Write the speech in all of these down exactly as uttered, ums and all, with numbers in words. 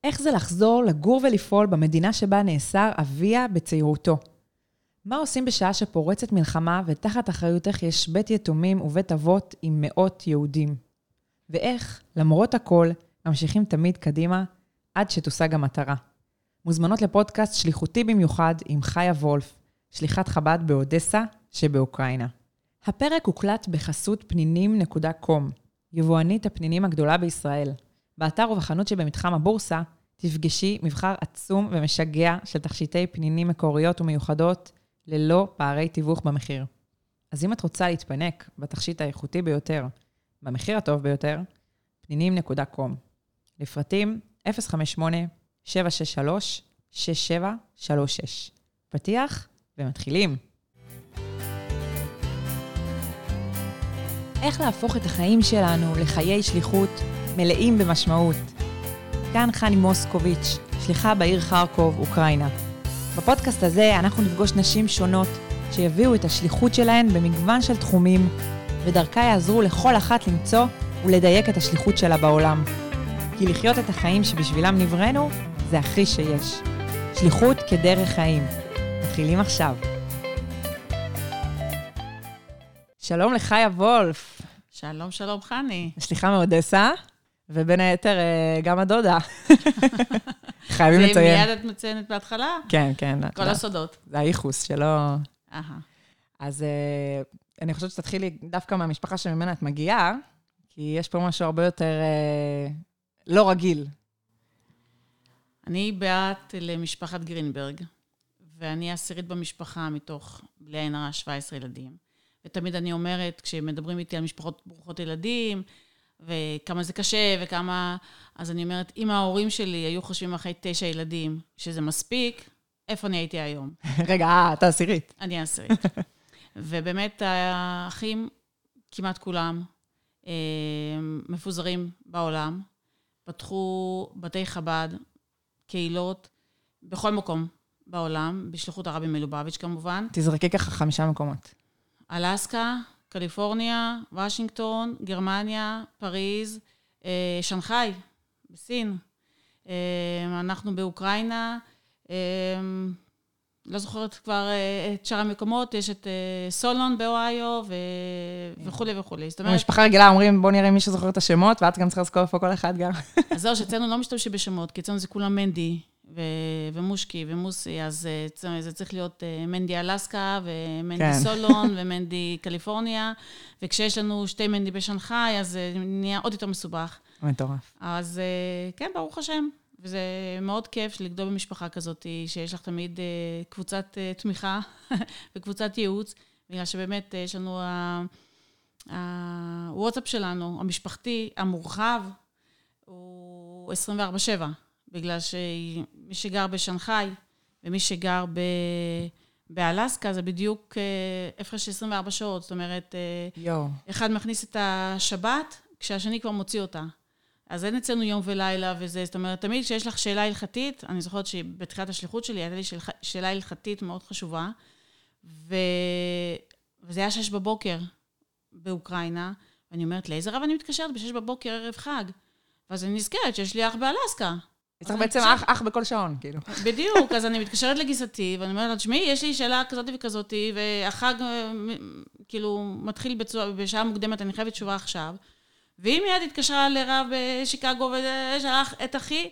איך זה לחזור לגור ולפעול במדינה שבה נאסר אביה בצעירותו? מה עושים בשעה שפורצת מלחמה ותחת אחריותך יש בית יתומים ובית אבות עם מאות יהודים? ואיך, למרות הכל, ממשיכים תמיד קדימה עד שתושג המטרה? מוזמנות לפודקאסט שליחותי במיוחד עם חיה וולף, שליחת חב"ד באודסה שבאוקראינה. הפרק הוקלט בחסות פנינים נקודה קום, יבואנית הפנינים הגדולה בישראל. באתר ובחנות שבמתחם הבורסה, תפגשי מבחר עצום ומשגע של תכשיטי פנינים מקוריות ומיוחדות, ללא פערי תיווך במחיר. אז אם את רוצה להתפנק בתכשיט האיכותי ביותר, במחיר הטוב ביותר, פנינים נקודה קום. לפרטים אפס חמש שמונה שבע שש שלוש שש שבע שלוש שש. פתיח ומתחילים. איך להפוך את החיים שלנו לחיי שליחות מלאים במשמעות? כאן חני מוסקוביץ', שליחה בעיר חרקוב, אוקראינה. בפודקאסט הזה אנחנו נפגוש נשים שונות שיביאו את השליחות שלהן במגוון של תחומים, ודרכה יעזרו לכל אחת למצוא ולדייק את השליחות שלה בעולם. כי לחיות את החיים שבשבילם נבראנו, זה הכי שיש. שליחות כדרך חיים. מתחילים עכשיו. שלום לחיה וולף. שלום, שלום חני. שליחה מאודסה, ובין היתר גם הדודה. חייבים לציין. זה מיד את מציינת בהתחלה? כן, כן. כל הסודות. זה האיחוס שלא... אהה. אז אני חושבת שתתחילי דווקא מהמשפחה שממנה את מגיעה, כי יש פה משהו הרבה יותר לא רגיל. אני בת למשפחת גרינברג, ואני עשירית במשפחה מתוך בלי עין הרע שבעה עשר ילדים. ותמיד אני אומרת, כשמדברים איתי על משפחות ברוכות ילדים, וכמה זה קשה, וכמה... אז אני אומרת, אם ההורים שלי היו חושבים אחרי תשע ילדים, שזה מספיק, איפה אני הייתי היום? רגע, אה, אתה עשירית. אני עשירית. ובאמת, האחים, כמעט כולם, מפוזרים בעולם, פתחו בתי חב"ד, קהילות, בכל מקום בעולם, בשליחות הרבי מלובביץ' כמובן. תזרקי ככה חמישה מקומות. אלסקה, קליפורניה, וושינגטון, גרמניה, פריז, שנגחאי, בסין. אנחנו באוקראינה, לא זוכרת כבר את שאר המקומות, יש את סולון באוהיו וכו' וכו'. במשפחה רגילה אומרים, בוא נראה מי שזוכר את השמות, ואת גם צריכה לזכור איפה כל אחד גם. אז זהו, שאצלנו לא משתמשים בשמות, כי אצלנו זה כולם מנדי. ומושקי ומוסי, אז זה צריך להיות מנדי אלסקה ומנדי סולון ומנדי קליפורניה, וכשיש לנו שתי מנדי בשנגחאי, אז זה נהיה עוד יותר מסובך. מטורף. אז כן, ברוך השם, וזה מאוד כיף לגדול במשפחה כזאת, שיש לך תמיד קבוצת תמיכה וקבוצת ייעוץ, בגלל שבאמת יש לנו, הוואטסאפ שלנו, המשפחתי, המורחב, הוא עשרים וארבע שבע. בגלל שמי שגר בשנגחאי ומי שגר ב... באלסקה, זה בדיוק הפרש עשרים וארבע שעות. זאת אומרת, יו. אחד מכניס את השבת, כשהשני כבר מוציא אותה. אז אין אצלנו יום ולילה וזה. זאת אומרת, תמיד שיש לך שאלה הלכתית, אני זוכרת שבתחילת השליחות שלי, הייתה לי שאלה הלכתית מאוד חשובה, ו... וזה היה שש בבוקר באוקראינה, ואני אומרת, לאיזה רב אני מתקשרת בשש בבוקר ערב חג? ואז אני נזכרת שיש לי אח באלסקה. יש לך בעצם אח, אח בכל שעון, כאילו. בדיוק, אז אני מתקשרת לגיסתי, ואני אומרת, שמי, יש לי שאלה כזאת וכזאת, והחג, כאילו, מתחיל בצורה, בשעה מוקדמת, אני חייבת תשובה עכשיו, והיא מיד התקשרה לרב שיקגו, ושלח את אחי,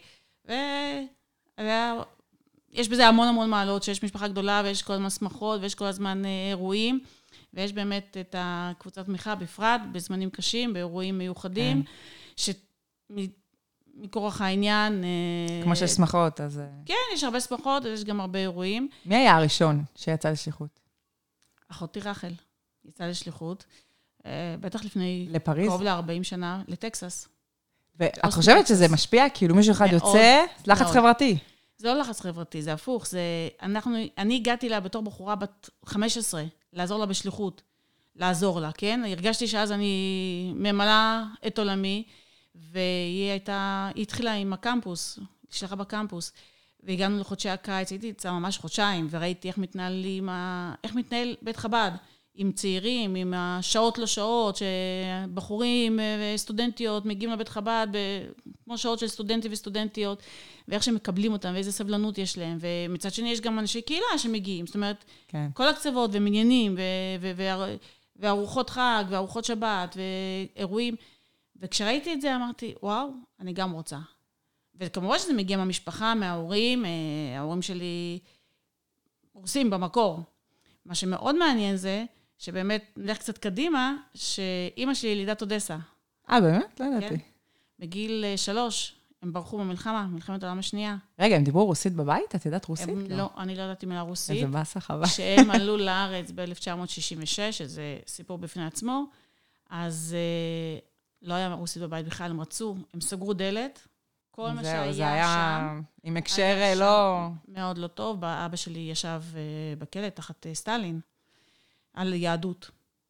ויש בזה המון המון מעלות, שיש משפחה גדולה, ויש כל הזמן שמחות, ויש כל הזמן אירועים, ויש באמת את הקבוצת תמיכה בפרט, בזמנים קשים, באירועים מיוחדים, ש... מכורח העניין. כמו שיש שמחות, אז... כן, יש הרבה שמחות, יש גם הרבה אירועים. מי היה הראשון שיצא לשליחות? אחותי רחל, יצאה לשליחות. בטח לפני... לפריז? קרוב ל-ארבעים שנה, לטקסס. ואת חושבת שזה משפיע? כאילו מישהו אחד יוצא, לחץ חברתי. זה לא לחץ חברתי, זה הפוך. זה... אנחנו... אני הגעתי לה בתור בחורה בת חמש עשרה, לעזור לה בשליחות. לעזור לה, כן? הרגשתי שאז אני ממלאה את עולמי, והיא הייתה, היא התחילה עם הקמפוס, שלחה בקמפוס, והגענו לחודשי הקיץ, הייתי אצלה ממש חודשיים, וראיתי איך מתנהלים, איך מתנהל בית חב"ד, עם צעירים, עם השעות לא שעות, שבחורים וסטודנטיות מגיעים לבית חב"ד, כמו שעות של סטודנטים וסטודנטיות, ואיך שהם מקבלים אותם, ואיזה סבלנות יש להם. ומצד שני יש גם אנשי קהילה שמגיעים. זאת אומרת, כן. כל הקצוות ומניינים, וארוחות חג, וארוחות שבת, ואירועים. וכשראיתי את זה אמרתי, וואו, אני גם רוצה. וכמובן שזה מגיע מהמשפחה, מההורים, ההורים שלי עושים במקור. מה שמאוד מעניין זה, שבאמת נלך קצת קדימה, שאימא שלי ילידת אודסה. אה, באמת? לא ידעתי. כן. בגיל שלוש, הם ברחו במלחמה, מלחמת העולם השנייה. רגע, הם דיברו רוסית בבית? את ידעת רוסית? הם, לא? לא, אני לא ידעתי מילה רוסית. איזה באסה חבל. כשהם עלו לארץ ב-אלף תשע מאות שישים ושש, שזה סיפור בפני עצמו, אז אה, לא היה רוסית בבית בכלל, הם רצו, הם סגרו דלת, כל מה שהיה זה היה שם, עם הקשר לא... מאוד לא טוב. אבא שלי ישב בכלא תחת סטלין, על יהדות.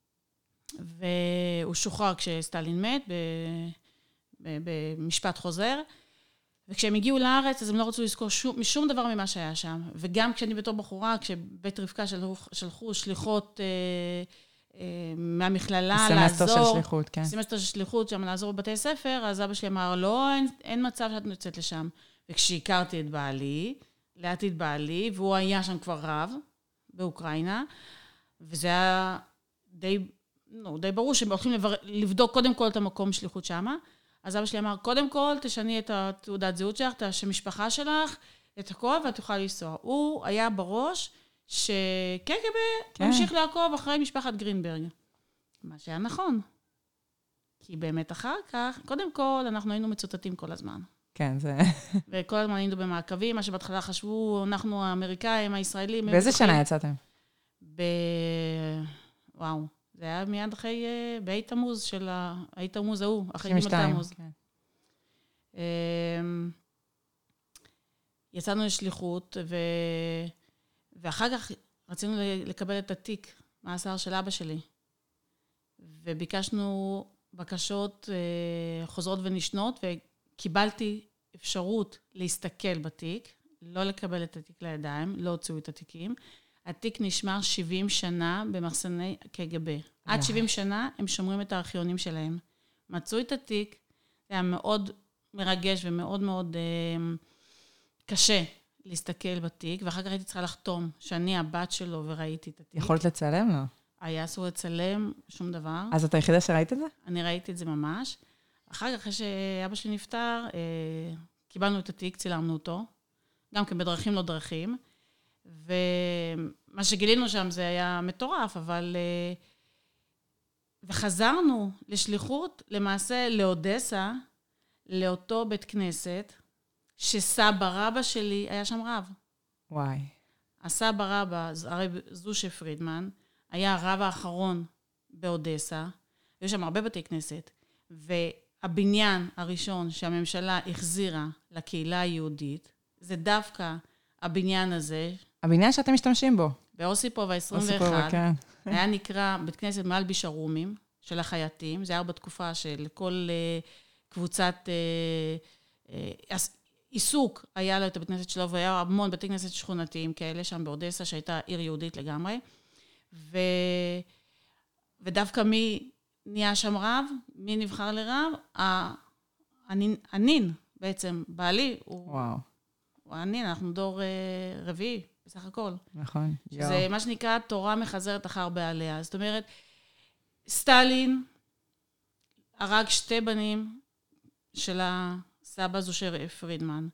והוא שוחרר כשסטלין מת, במשפט חוזר. וכשהם הגיעו לארץ, אז הם לא רצו לזכור שום, משום דבר ממה שהיה שם. וגם כשאני בתור בחורה, כשבית רבקה שלחו, שלחו שליחות... מהמכללה, לעזור. סמסטר של שליחות, כן. סמסטר של שליחות, שם לעזור בבתי ספר, אז אבא שלי אמר, לא, אין, אין מצב שאת נוצאת לשם. וכשהכרתי את בעלי, לעתיד בעלי, והוא היה שם כבר רב, באוקראינה, וזה היה די, לא, די ברור שהם הולכים לבר... לבדוק קודם כל את המקום שליחות שמה, אז אבא שלי אמר, קודם כל, תשני את התעודת זהות שלך, את המשפחה שלך, את הכל, ואת תוכל לנסוע. הוא היה בראש, שקג"ב ממשיך לעקוב אחרי משפחת גרינברג. מה שהיה נכון. כי באמת אחר כך, קודם כל, אנחנו היינו מצוטטים כל הזמן. כן, זה... וכל הזמן היינו במעקבים, מה שבהתחלה חשבו, אנחנו האמריקאים, הישראלים... באיזה שנה יצאתם? ב... וואו, זה היה מיד אחרי... באי תמוז של ה... האי תמוז ההוא, אחרי גימל תמוז. כן. יצאנו לשליחות, ו... ואחר כך רצינו לקבל את התיק מהשר של אבא שלי. וביקשנו בקשות חוזרות ונשנות, וקיבלתי אפשרות להסתכל בתיק, לא לקבל את התיק לידיים, לא הוציאו את התיקים. התיק נשמר שבעים שנה במחסני קג"ב. עד שבעים שנה הם שומרים את הארכיונים שלהם. מצאו את התיק, זה היה מאוד מרגש ומאוד מאוד קשה. להסתכל בתיק, ואחר כך הייתי צריכה לחתום שאני הבת שלו וראיתי את התיק. יכולת לצלם, לא? היה אסור לצלם שום דבר. אז אתה היחידה שראית את זה? אני ראיתי את זה ממש. אחר כך, אחרי שאבא שלי נפטר, קיבלנו את התיק, צילמנו אותו, גם כן בדרכים לא דרכים, ומה שגילינו שם זה היה מטורף, אבל... וחזרנו לשליחות, למעשה לאודסה, לאותו בית כנסת, שסבא רבא שלי היה שם רב. וואי. הסבא רבא, הרב זושה פרידמן, היה הרב האחרון באודסה, היו שם הרבה בתי כנסת, והבניין הראשון שהממשלה החזירה לקהילה היהודית, זה דווקא הבניין הזה. הבניין שאתם משתמשים בו. באוסיפוב ה-עשרים ואחת, כן. היה נקרא בית כנסת מלביש הרומים של החייטים, זה היה בתקופה של כל uh, קבוצת... Uh, uh, עיסוק היה לו את הבית כנסת שלו, והיה המון בתי כנסת שכונתיים כאלה, שם באודסה, שהייתה עיר יהודית לגמרי. ו... ודווקא מי נהיה שם רב, מי נבחר לרב? הנין, הנין בעצם, בעלי, הוא... וואו. הוא הנין, אנחנו דור רביעי, בסך הכל. נכון. שזה יו. מה שנקרא, תורה מחזרת אחר בעליה. זאת אומרת, סטלין הרג שתי בנים של ה... סבא זושה פרידמן.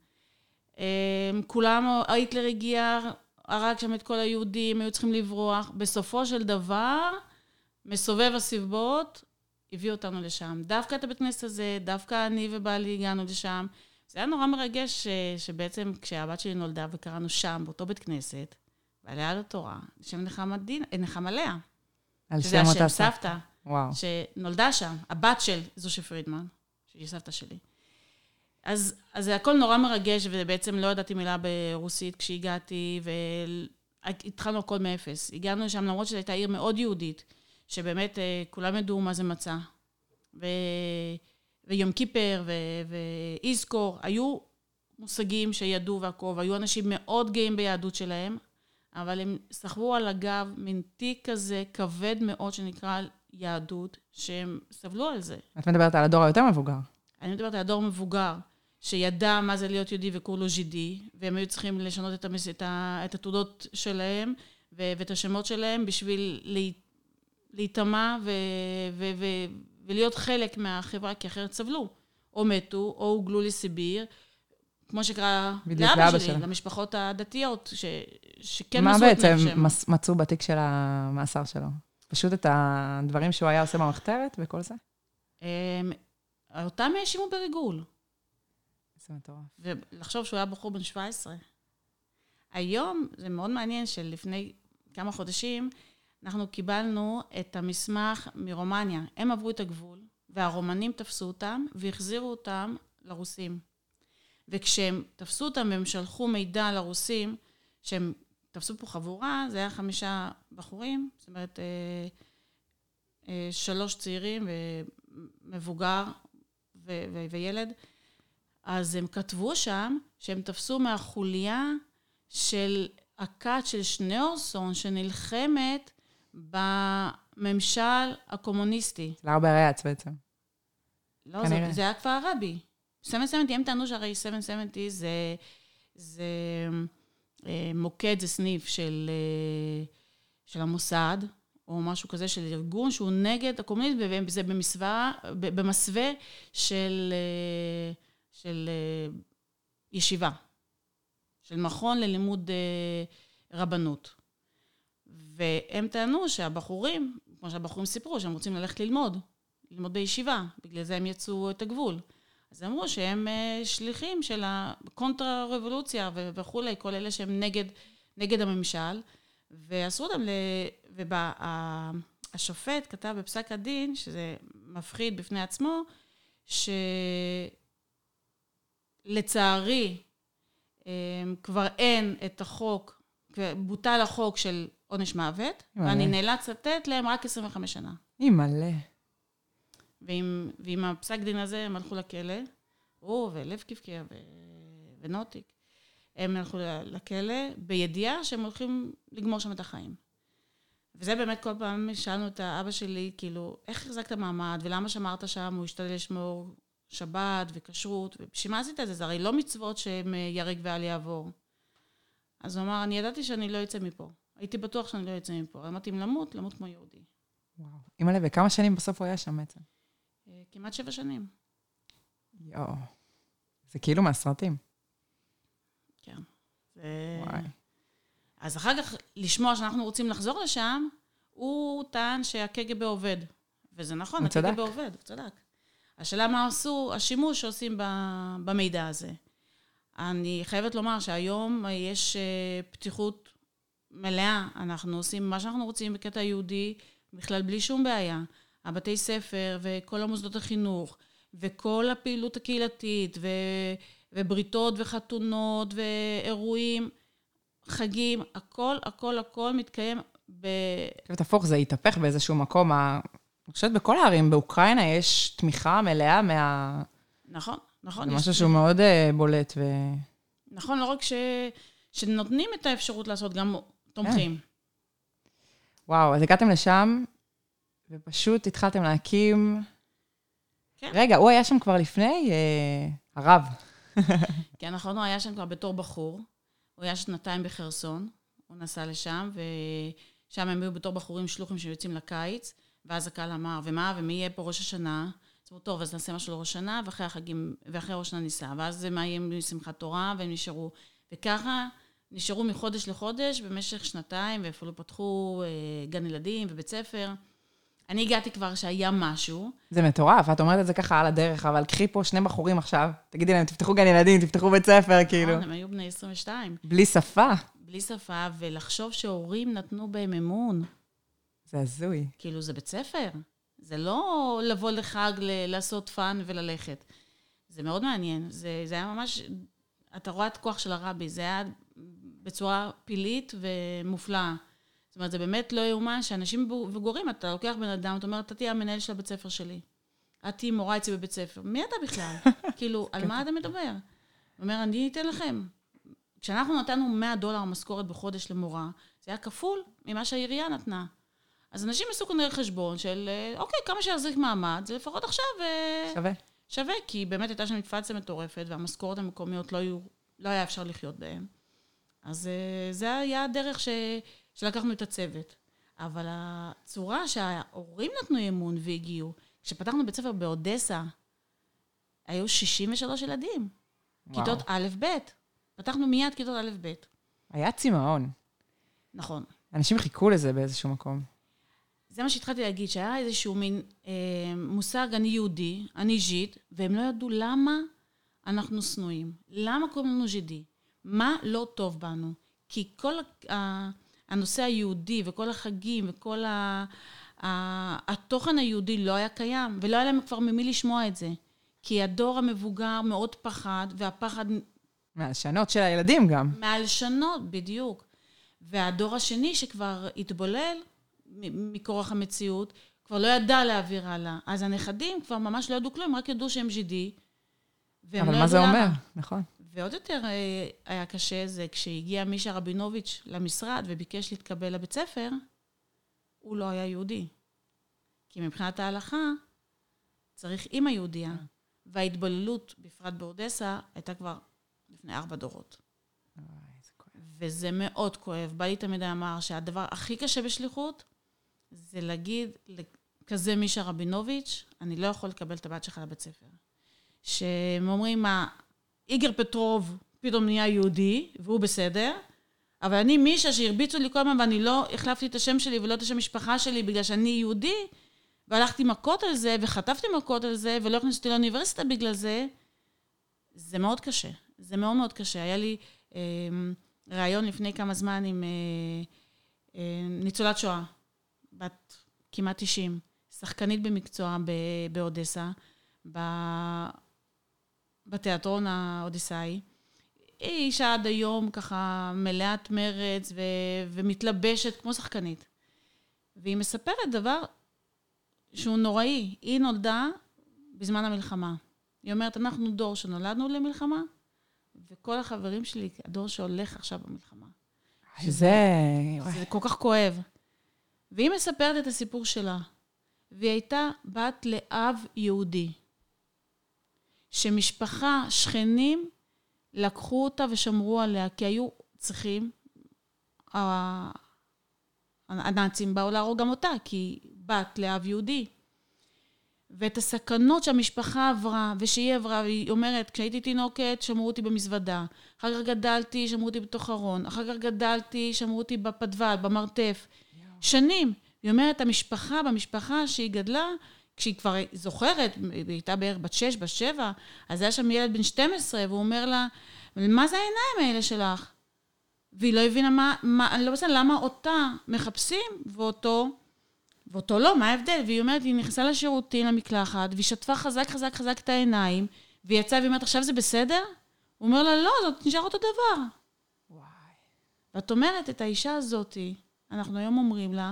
כולם, היטלר הגיע, הרג שם את כל היהודים, היו צריכים לברוח. בסופו של דבר, מסובב הסיבות, הביא אותנו לשם. דווקא את הבית כנסת הזה, דווקא אני ובעלי הגענו לשם. זה היה נורא מרגש שבעצם כשהבת שלי נולדה וקראנו שם, באותו בית כנסת, ועליה לתורה, שם נחמה לאה. על שם אותה סבתא. וואו. שנולדה שם, הבת של זושה פרידמן, שהיא סבתא שלי. אז, אז זה הכל נורא מרגש, ובעצם לא ידעתי מילה ברוסית כשהגעתי, והתחלנו הכל מאפס. הגענו לשם, למרות שזו הייתה עיר מאוד יהודית, שבאמת כולם ידעו מה זה מצא. ו... ויום כיפר ו... ואיזכור, היו מושגים שידעו והכל, והיו אנשים מאוד גאים ביהדות שלהם, אבל הם סחבו על הגב מין תיק כזה כבד מאוד שנקרא יהדות, שהם סבלו על זה. את מדברת על הדור היותר מבוגר. אני מדברת על הדור מבוגר, שידע מה זה להיות יהודי וקראו לו ז'ידי, והם היו צריכים לשנות את, המס... את, ה... את התעודות שלהם, ו... ואת השמות שלהם, בשביל לה... להתאמה ו... ו... ו... ולהיות חלק מהחברה, כי אחרת סבלו. או מתו, או הוגלו לסיביר, כמו שקרה לאבא שלי, למשפחות הדתיות, ש... שכן מסו את נפשם. מה בעצם מצאו בתיק של המאסר שלו? פשוט את הדברים שהוא היה עושה במחתרת וכל זה? אותם האשימו בריגול. זה מטורף. ולחשוב שהוא היה בחור בן שבע עשרה. היום, זה מאוד מעניין שלפני כמה חודשים, אנחנו קיבלנו את המסמך מרומניה. הם עברו את הגבול, והרומנים תפסו אותם, והחזירו אותם לרוסים. וכשהם תפסו אותם והם שלחו מידע לרוסים, שהם תפסו פה חבורה, זה היה חמישה בחורים, זאת אומרת, אה, אה, שלוש צעירים ומבוגר ו- ו- וילד, אז הם כתבו שם שהם תפסו מהחוליה של הכת של שניאורסון, שנלחמת בממשל הקומוניסטי. זה הרבה ריאץ בעצם. לא, זה, זה היה כבר הרבי. שבע מאות שבעים, הם טענו שהרי שבע מאות שבעים זה, זה אה, מוקד, זה סניף של, אה, של המוסד, או משהו כזה של ארגון שהוא נגד הקומוניסט, וזה במסווה, במסווה של, אה, של אה, ישיבה, של מכון ללימוד אה, רבנות. והם טענו שהבחורים, כמו שהבחורים סיפרו, שהם רוצים ללכת ללמוד, ללמוד בישיבה, בגלל זה הם יצאו את הגבול. אז אמרו שהם שליחים של הקונטרה-רבולוציה וכו', כל אלה שהם נגד, נגד הממשל, ועשו אותם, והשופט כתב בפסק הדין, שזה מפחיד בפני עצמו, שלצערי כבר אין את החוק, בוטל החוק של עונש מוות, ואני נאלץ לתת להם רק עשרים וחמש שנה. היא מלא. ועם, ועם הפסק דין הזה הם הלכו לכלא, הוא ולב כבקיה ו... ונוטיק, הם הלכו לכלא בידיעה שהם הולכים לגמור שם את החיים. וזה באמת כל פעם שאלנו את האבא שלי, כאילו, איך החזקת מעמד ולמה שמרת שם, הוא השתדל לשמור שבת וכשרות, ובשביל מה עשית את זה? זה הרי לא מצוות שהם ירק ואל יעבור. אז הוא אמר, אני ידעתי שאני לא יוצא מפה. הייתי בטוח שאני לא יוצא מפה. אמרתי, אם למות, למות כמו יהודי. וואו. אימא'לה, וכמה שנים בסוף הוא היה שם בעצם? כמעט שבע שנים. יואו. זה כאילו מהסרטים. כן. זה... וואי. אז אחר כך, לשמוע שאנחנו רוצים לחזור לשם, הוא טען שהקג"ב עובד. וזה נכון, הקג"ב עובד, הוא צדק. השאלה מה עשו, השימוש שעושים במידע הזה. אני חייבת לומר שהיום יש פתיחות מלאה. אנחנו עושים מה שאנחנו רוצים בקטע יהודי, בכלל בלי שום בעיה. הבתי ספר וכל המוסדות החינוך, וכל הפעילות הקהילתית, ו... ובריתות וחתונות ואירועים, חגים, הכל, הכל, הכל מתקיים ב... ותהפוך, זה יתהפך באיזשהו מקום. אני חושבת בכל הערים, באוקראינה יש תמיכה מלאה מה... נכון, נכון. זה משהו שהוא מאוד בולט ו... נכון, לא רק ש... שנותנים את האפשרות לעשות, גם תומכים. וואו, אז הגעתם לשם, ופשוט התחלתם להקים... כן. רגע, הוא היה שם כבר לפני אה, הרב. כן, נכון, הוא היה שם כבר בתור בחור. הוא היה שנתיים בחרסון. הוא נסע לשם, ושם הם היו בתור בחורים שלוחים שיוצאים לקיץ, ואז הקהל אמר, ומה, ומי יהיה פה ראש השנה? אז הוא טוב, אז נעשה משהו לראש השנה, ואחרי החגים, ואחרי ראש השנה ניסה. ואז זה מה יהיה משמחת תורה, והם נשארו. וככה נשארו מחודש לחודש במשך שנתיים, ואפילו פתחו אה, גן ילדים ובית ספר. אני הגעתי כבר שהיה משהו. זה מטורף, את אומרת את זה ככה על הדרך, אבל קחי פה שני בחורים עכשיו, תגידי להם, תפתחו גן ילדים, תפתחו בית ספר, כאילו. הם היו בני עשרים ושתיים. בלי שפה. בלי שפה, ולחשוב שהורים נתנו בהם אמון. זה הזוי. כאילו, זה בית ספר. זה לא לבוא לחג, לעשות פן וללכת. זה מאוד מעניין. זה, זה היה ממש, אתה רואה את כוח של הרבי, זה היה בצורה פילית ומופלאה. זאת אומרת, זה באמת לא יאומן שאנשים וגורים, אתה לוקח בן אדם, אתה אומר, אתה תהיה המנהל של הבית ספר שלי. את תהיי מורה אצלי בבית ספר. מי אתה בכלל? כאילו, על מה אתה מדבר? הוא אומר, אני אתן לכם. כשאנחנו נתנו מאה דולר משכורת בחודש למורה, זה היה כפול ממה שהעירייה נתנה. אז אנשים עשו כנראה חשבון של, אוקיי, כמה שיחזיק מעמד, זה לפחות עכשיו שווה. שווה, כי באמת הייתה שם אינפלציה מטורפת, והמשכורת המקומיות לא, היו, לא היה אפשר לחיות בהן. אז זה היה הדרך ש, שלקחנו את הצוות. אבל הצורה שההורים נתנו אמון והגיעו, כשפתחנו בית ספר באודסה, היו שישים ושלושה ילדים. וואו. כיתות א' ב'. פתחנו מיד כיתות א' ב'. היה צמאון. נכון. אנשים חיכו לזה באיזשהו מקום. זה מה שהתחלתי להגיד, שהיה איזשהו מין אה, מושג, אני יהודי, אני ז'יד, והם לא ידעו למה אנחנו שנואים. למה קוראים לנו ז'ידי? מה לא טוב בנו? כי כל ה, הנושא היהודי וכל החגים וכל ה, ה, התוכן היהודי לא היה קיים, ולא היה להם כבר ממי לשמוע את זה. כי הדור המבוגר מאוד פחד, והפחד... מהלשנות של הילדים גם. מהלשנות, בדיוק. והדור השני שכבר התבולל מכורח המציאות, כבר לא ידע להעביר הלאה. אז הנכדים כבר ממש לא ידעו כלום, רק ידעו שהם ז'ידי. אבל מה זה אומר? נכון. ועוד יותר היה קשה זה, כשהגיע מישה רבינוביץ' למשרד וביקש להתקבל לבית ספר, הוא לא היה יהודי. כי מבחינת ההלכה, צריך אימא יהודיה. וההתבוללות, בפרט באודסה, הייתה כבר לפני ארבע דורות. וזה מאוד כואב. בא לי תמיד אמר שהדבר הכי קשה בשליחות, זה להגיד לכזה מישה רבינוביץ', אני לא יכול לקבל את הבת שלך לבית ספר. שהם אומרים, מה, איגר פטרוב פתאום נהיה יהודי, והוא בסדר, אבל אני מישה שהרביצו לי כל הזמן, ואני לא החלפתי את השם שלי ולא את השם משפחה שלי, בגלל שאני יהודי, והלכתי מכות על זה, וחטפתי מכות על זה, ולא הכנסתי לאוניברסיטה בגלל זה, זה מאוד קשה. זה מאוד מאוד קשה. היה לי אה, רעיון לפני כמה זמן עם אה, אה, ניצולת שואה, בת כמעט תשעים, שחקנית במקצוע באודסה, בתיאטרון האודיסאי. היא אישה עד היום ככה מלאת מרץ ו- ומתלבשת כמו שחקנית. והיא מספרת דבר שהוא נוראי. היא נולדה בזמן המלחמה. היא אומרת, אנחנו דור שנולדנו למלחמה, וכל החברים שלי, הדור שהולך עכשיו במלחמה. שזה... זה כל כך כואב. והיא מספרת את הסיפור שלה. והיא הייתה בת לאב יהודי. שמשפחה, שכנים, לקחו אותה ושמרו עליה, כי היו צריכים, הנאצים באו להרוג גם אותה, כי היא בת לאב יהודי. ואת הסכנות שהמשפחה עברה, ושהיא עברה, והיא אומרת, כשהייתי תינוקת, שמרו אותי במזוודה. אחר כך גדלתי, שמרו אותי בתוך ארון. אחר כך גדלתי, שמרו אותי בפדבל, במרתף. שנים. היא אומרת, המשפחה, במשפחה שהיא גדלה, כשהיא כבר זוכרת, היא הייתה בערך בת שש, בת שבע, אז היה שם ילד בן שתים עשרה, והוא אומר לה, מה זה העיניים האלה שלך? והיא לא הבינה מה, מה אני לא בסדר, למה אותה מחפשים, ואותו, ואותו לא, מה ההבדל? והיא אומרת, היא נכנסה לשירותים, למקלחת, והיא שטפה חזק, חזק, חזק את העיניים, והיא יצאה והיא אומרת, עכשיו זה בסדר? הוא אומר לה, לא, זאת נשאר אותו דבר. וואי. ואת אומרת, את האישה הזאת, אנחנו היום אומרים לה,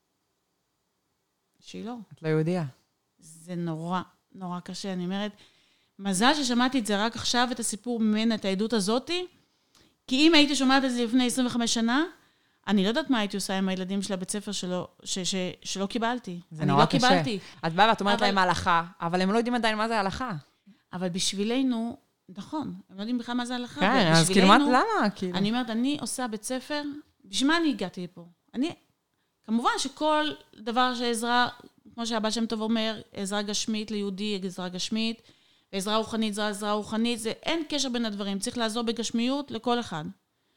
שהיא לא. את לא יהודיה. זה נורא, נורא קשה. אני אומרת, מזל ששמעתי את זה רק עכשיו, את הסיפור ממנה, את העדות הזאת, כי אם הייתי שומעת את זה לפני עשרים וחמש שנה, אני לא יודעת מה הייתי עושה עם הילדים של הבית ספר שלא, ש, ש, שלא קיבלתי. זה נורא לא קשה. קיבלתי. את באה ואת אומרת אבל... להם הלכה, אבל הם לא יודעים עדיין מה זה הלכה. אבל בשבילנו, נכון, הם לא יודעים בכלל מה זה הלכה. כן, אז כאילו מה, למה? כאילו. אני אומרת, אני עושה בית ספר, בשביל מה אני הגעתי לפה? אני, כמובן שכל דבר שעזרה, כמו שהבא שם טוב אומר, עזרה גשמית ליהודי, עזרה גשמית, ועזרה רוחנית, זו עזרה רוחנית, זה אין קשר בין הדברים, צריך לעזור בגשמיות לכל אחד.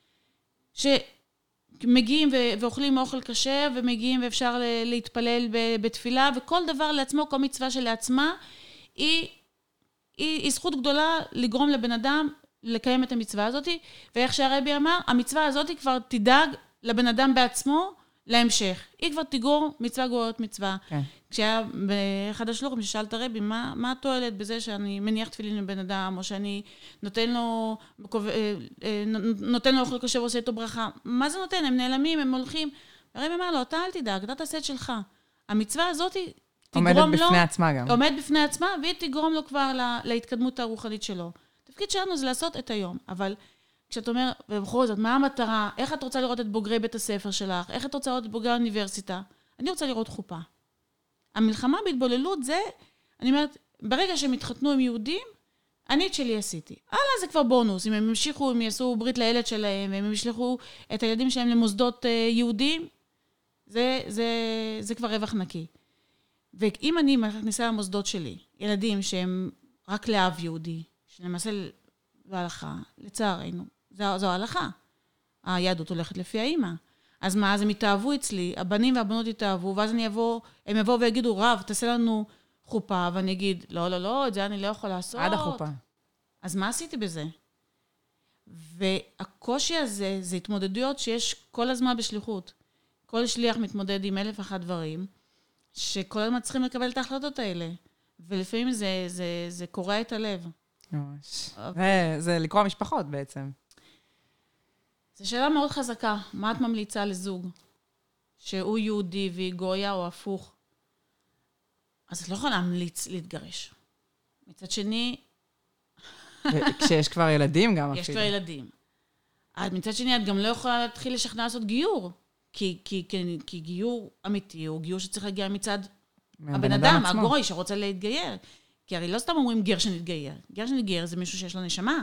שמגיעים ו- ואוכלים אוכל קשה, ומגיעים ואפשר להתפלל בתפילה, וכל דבר לעצמו, כל מצווה שלעצמה, היא, היא, היא זכות גדולה לגרום לבן אדם לקיים את המצווה הזאת, ואיך שהרבי אמר, המצווה הזאת כבר תדאג לבן אדם בעצמו, להמשך. היא כבר תגור מצווה גוררת מצווה. כן. כשהיה באחד השלוחים ששאל את הרבי, מה, מה התועלת בזה שאני מניח תפילין לבן אדם, או שאני נותן לו, נותן לו אוכל קשה ועושה איתו ברכה. מה זה נותן? הם נעלמים, הם הולכים. הרבי אמר לו, אתה אל תדאג, אתה תעשה את שלך. המצווה הזאת תגרום לו... עומדת בפני עצמה גם. עומדת בפני עצמה, והיא תגרום לו כבר לה, להתקדמות הרוחנית שלו. התפקיד שלנו זה לעשות את היום. אבל כשאת אומר, ובכל זאת, מה המטרה? איך את רוצה לראות את בוגרי בית הספר שלך? איך את רוצה לראות את בוגרי האוניברסיטה? אני רוצה לראות חופה. המלחמה בהתבוללות זה, אני אומרת, ברגע שהם התחתנו עם יהודים, אני את שלי עשיתי. הלאה, זה כבר בונוס. אם הם המשיכו, אם יעשו ברית לילד שלהם, והם ישלחו את הילדים שלהם למוסדות יהודים, זה, זה, זה כבר רווח נקי. ואם אני מכניסה למוסדות שלי, ילדים שהם רק לאב יהודי, שלמעשה בהלכה, לצערנו, זו, זו ההלכה. היהדות הולכת לפי האמא. אז מה, אז הם יתאהבו אצלי, הבנים והבנות יתאהבו, ואז אני אבוא, הם יבואו ויגידו, רב, תעשה לנו חופה, ואני אגיד, לא, לא, לא, את זה אני לא יכול לעשות. עד החופה. אז מה עשיתי בזה? והקושי הזה, זה התמודדויות שיש כל הזמן בשליחות. כל שליח מתמודד עם אלף אחד דברים, שכל הזמן צריכים לקבל את ההחלטות האלה. ולפעמים זה, זה, זה קורע את הלב. ממש. זה, זה לקרוא משפחות בעצם. זו שאלה מאוד חזקה. מה את ממליצה לזוג? שהוא יהודי והיא גויה או הפוך? אז את לא יכולה להמליץ להתגרש. מצד שני... כשיש כבר ילדים גם אפילו. יש כבר ילדים. מצד שני, את גם לא יכולה להתחיל לשכנע לעשות גיור. כי, כי, כי, כי גיור אמיתי הוא גיור שצריך להגיע מצד הבן אדם, הגוי שרוצה להתגייר. כי הרי לא סתם אומרים גר שנתגייר. גר שנתגייר זה מישהו שיש לו נשמה.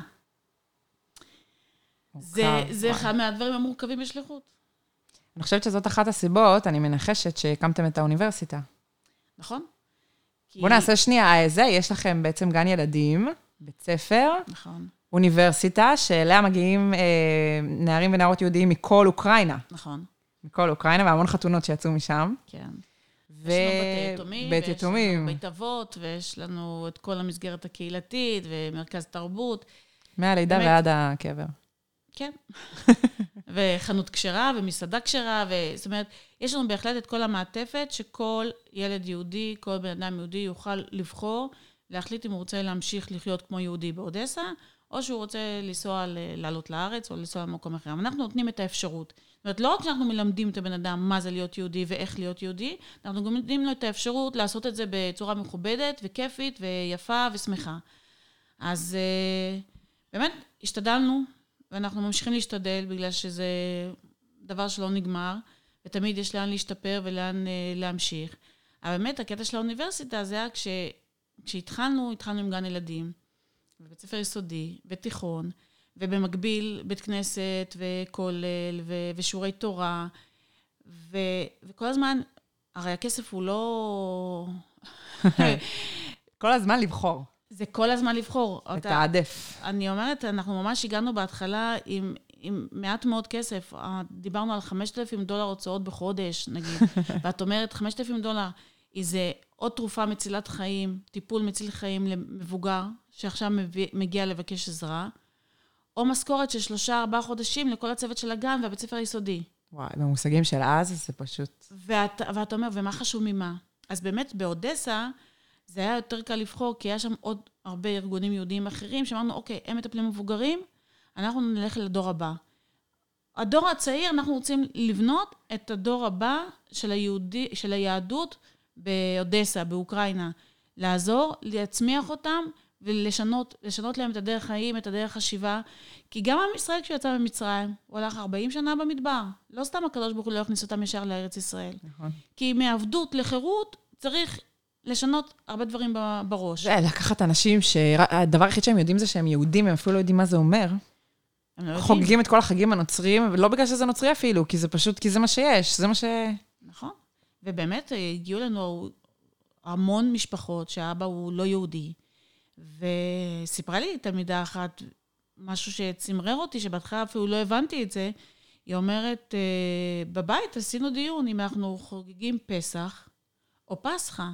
זה, זה אחד מהדברים המורכבים בשליחות. אני חושבת שזאת אחת הסיבות, אני מנחשת שהקמתם את האוניברסיטה. נכון. בואו נעשה שנייה, זה, יש לכם בעצם גן ילדים, בית ספר, נכון. אוניברסיטה, שאליה מגיעים אה, נערים ונערות יהודיים מכל אוקראינה. נכון. מכל אוקראינה, והמון חתונות שיצאו משם. כן. ו... יש לנו בתי יתומים, בית ויש יתומים. לנו בית אבות, ויש לנו את כל המסגרת הקהילתית, ומרכז תרבות. מהלידה באמת. ועד הקבר. כן. וחנות כשרה, ומסעדה כשרה, זאת אומרת, יש לנו בהחלט את כל המעטפת, שכל ילד יהודי, כל בן אדם יהודי יוכל לבחור, להחליט אם הוא רוצה להמשיך לחיות כמו יהודי באודסה, או שהוא רוצה לנסוע, לעלות לארץ, או לנסוע למקום אחר. אנחנו נותנים את האפשרות. זאת אומרת, לא רק שאנחנו מלמדים את הבן אדם מה זה להיות יהודי ואיך להיות יהודי, אנחנו גם נותנים לו את האפשרות לעשות את זה בצורה מכובדת וכיפית ויפה ושמחה. אז באמת, השתדלנו, ואנחנו ממשיכים להשתדל, בגלל שזה דבר שלא נגמר, ותמיד יש לאן להשתפר ולאן להמשיך. אבל באמת, הקטע של האוניברסיטה זה היה כש, כשהתחלנו, התחלנו עם גן ילדים, בבית ספר יסודי, בתיכון, ובמקביל בית כנסת וכולל ו- ושיעורי תורה, ו- וכל הזמן, הרי הכסף הוא לא... כל הזמן לבחור. זה כל הזמן לבחור. לתעדף. אני אומרת, אנחנו ממש הגענו בהתחלה עם, עם מעט מאוד כסף. דיברנו על חמשת אלפים דולר הוצאות בחודש, נגיד. ואת אומרת, חמשת אלפים דולר, זה עוד תרופה מצילת חיים, טיפול מציל חיים למבוגר, שעכשיו מגיע לבקש עזרה, או משכורת של שלושה, ארבעה חודשים לכל הצוות של הגן והבית ספר היסודי. וואי, במושגים של אז זה פשוט... ואת, ואת אומר, ומה חשוב ממה? אז באמת באודסה, זה היה יותר קל לבחור, כי היה שם עוד הרבה ארגונים יהודיים אחרים, שאמרנו, אוקיי, הם מטפלים מבוגרים, אנחנו נלך לדור הבא. הדור הצעיר, אנחנו רוצים לבנות את הדור הבא של, היהודי, של היהדות באודסה, באוקראינה. לעזור, להצמיח אותם, ולשנות לשנות להם את הדרך חיים, את הדרך חשיבה. כי גם עם ישראל, כשהוא יצא ממצרים, הוא הלך ארבעים שנה במדבר. לא סתם הקדוש ברוך הוא לא הכניס אותם ישר לארץ ישראל. נכון. כי מעבדות לחירות צריך לשנות הרבה דברים בראש. זה לקחת אנשים שהדבר היחיד שהם יודעים זה שהם יהודים, הם אפילו לא יודעים מה זה אומר. לא חוגגים את כל החגים הנוצריים, ולא בגלל שזה נוצרי אפילו, כי זה פשוט, כי זה מה שיש, זה מה ש... נכון. ובאמת הגיעו לנו המון משפחות שהאבא הוא לא יהודי, וסיפרה לי תלמידה אחת משהו שצמרר אותי, שבהתחלה אפילו לא הבנתי את זה, היא אומרת, בבית עשינו דיון אם אנחנו חוגגים פסח או פסחה.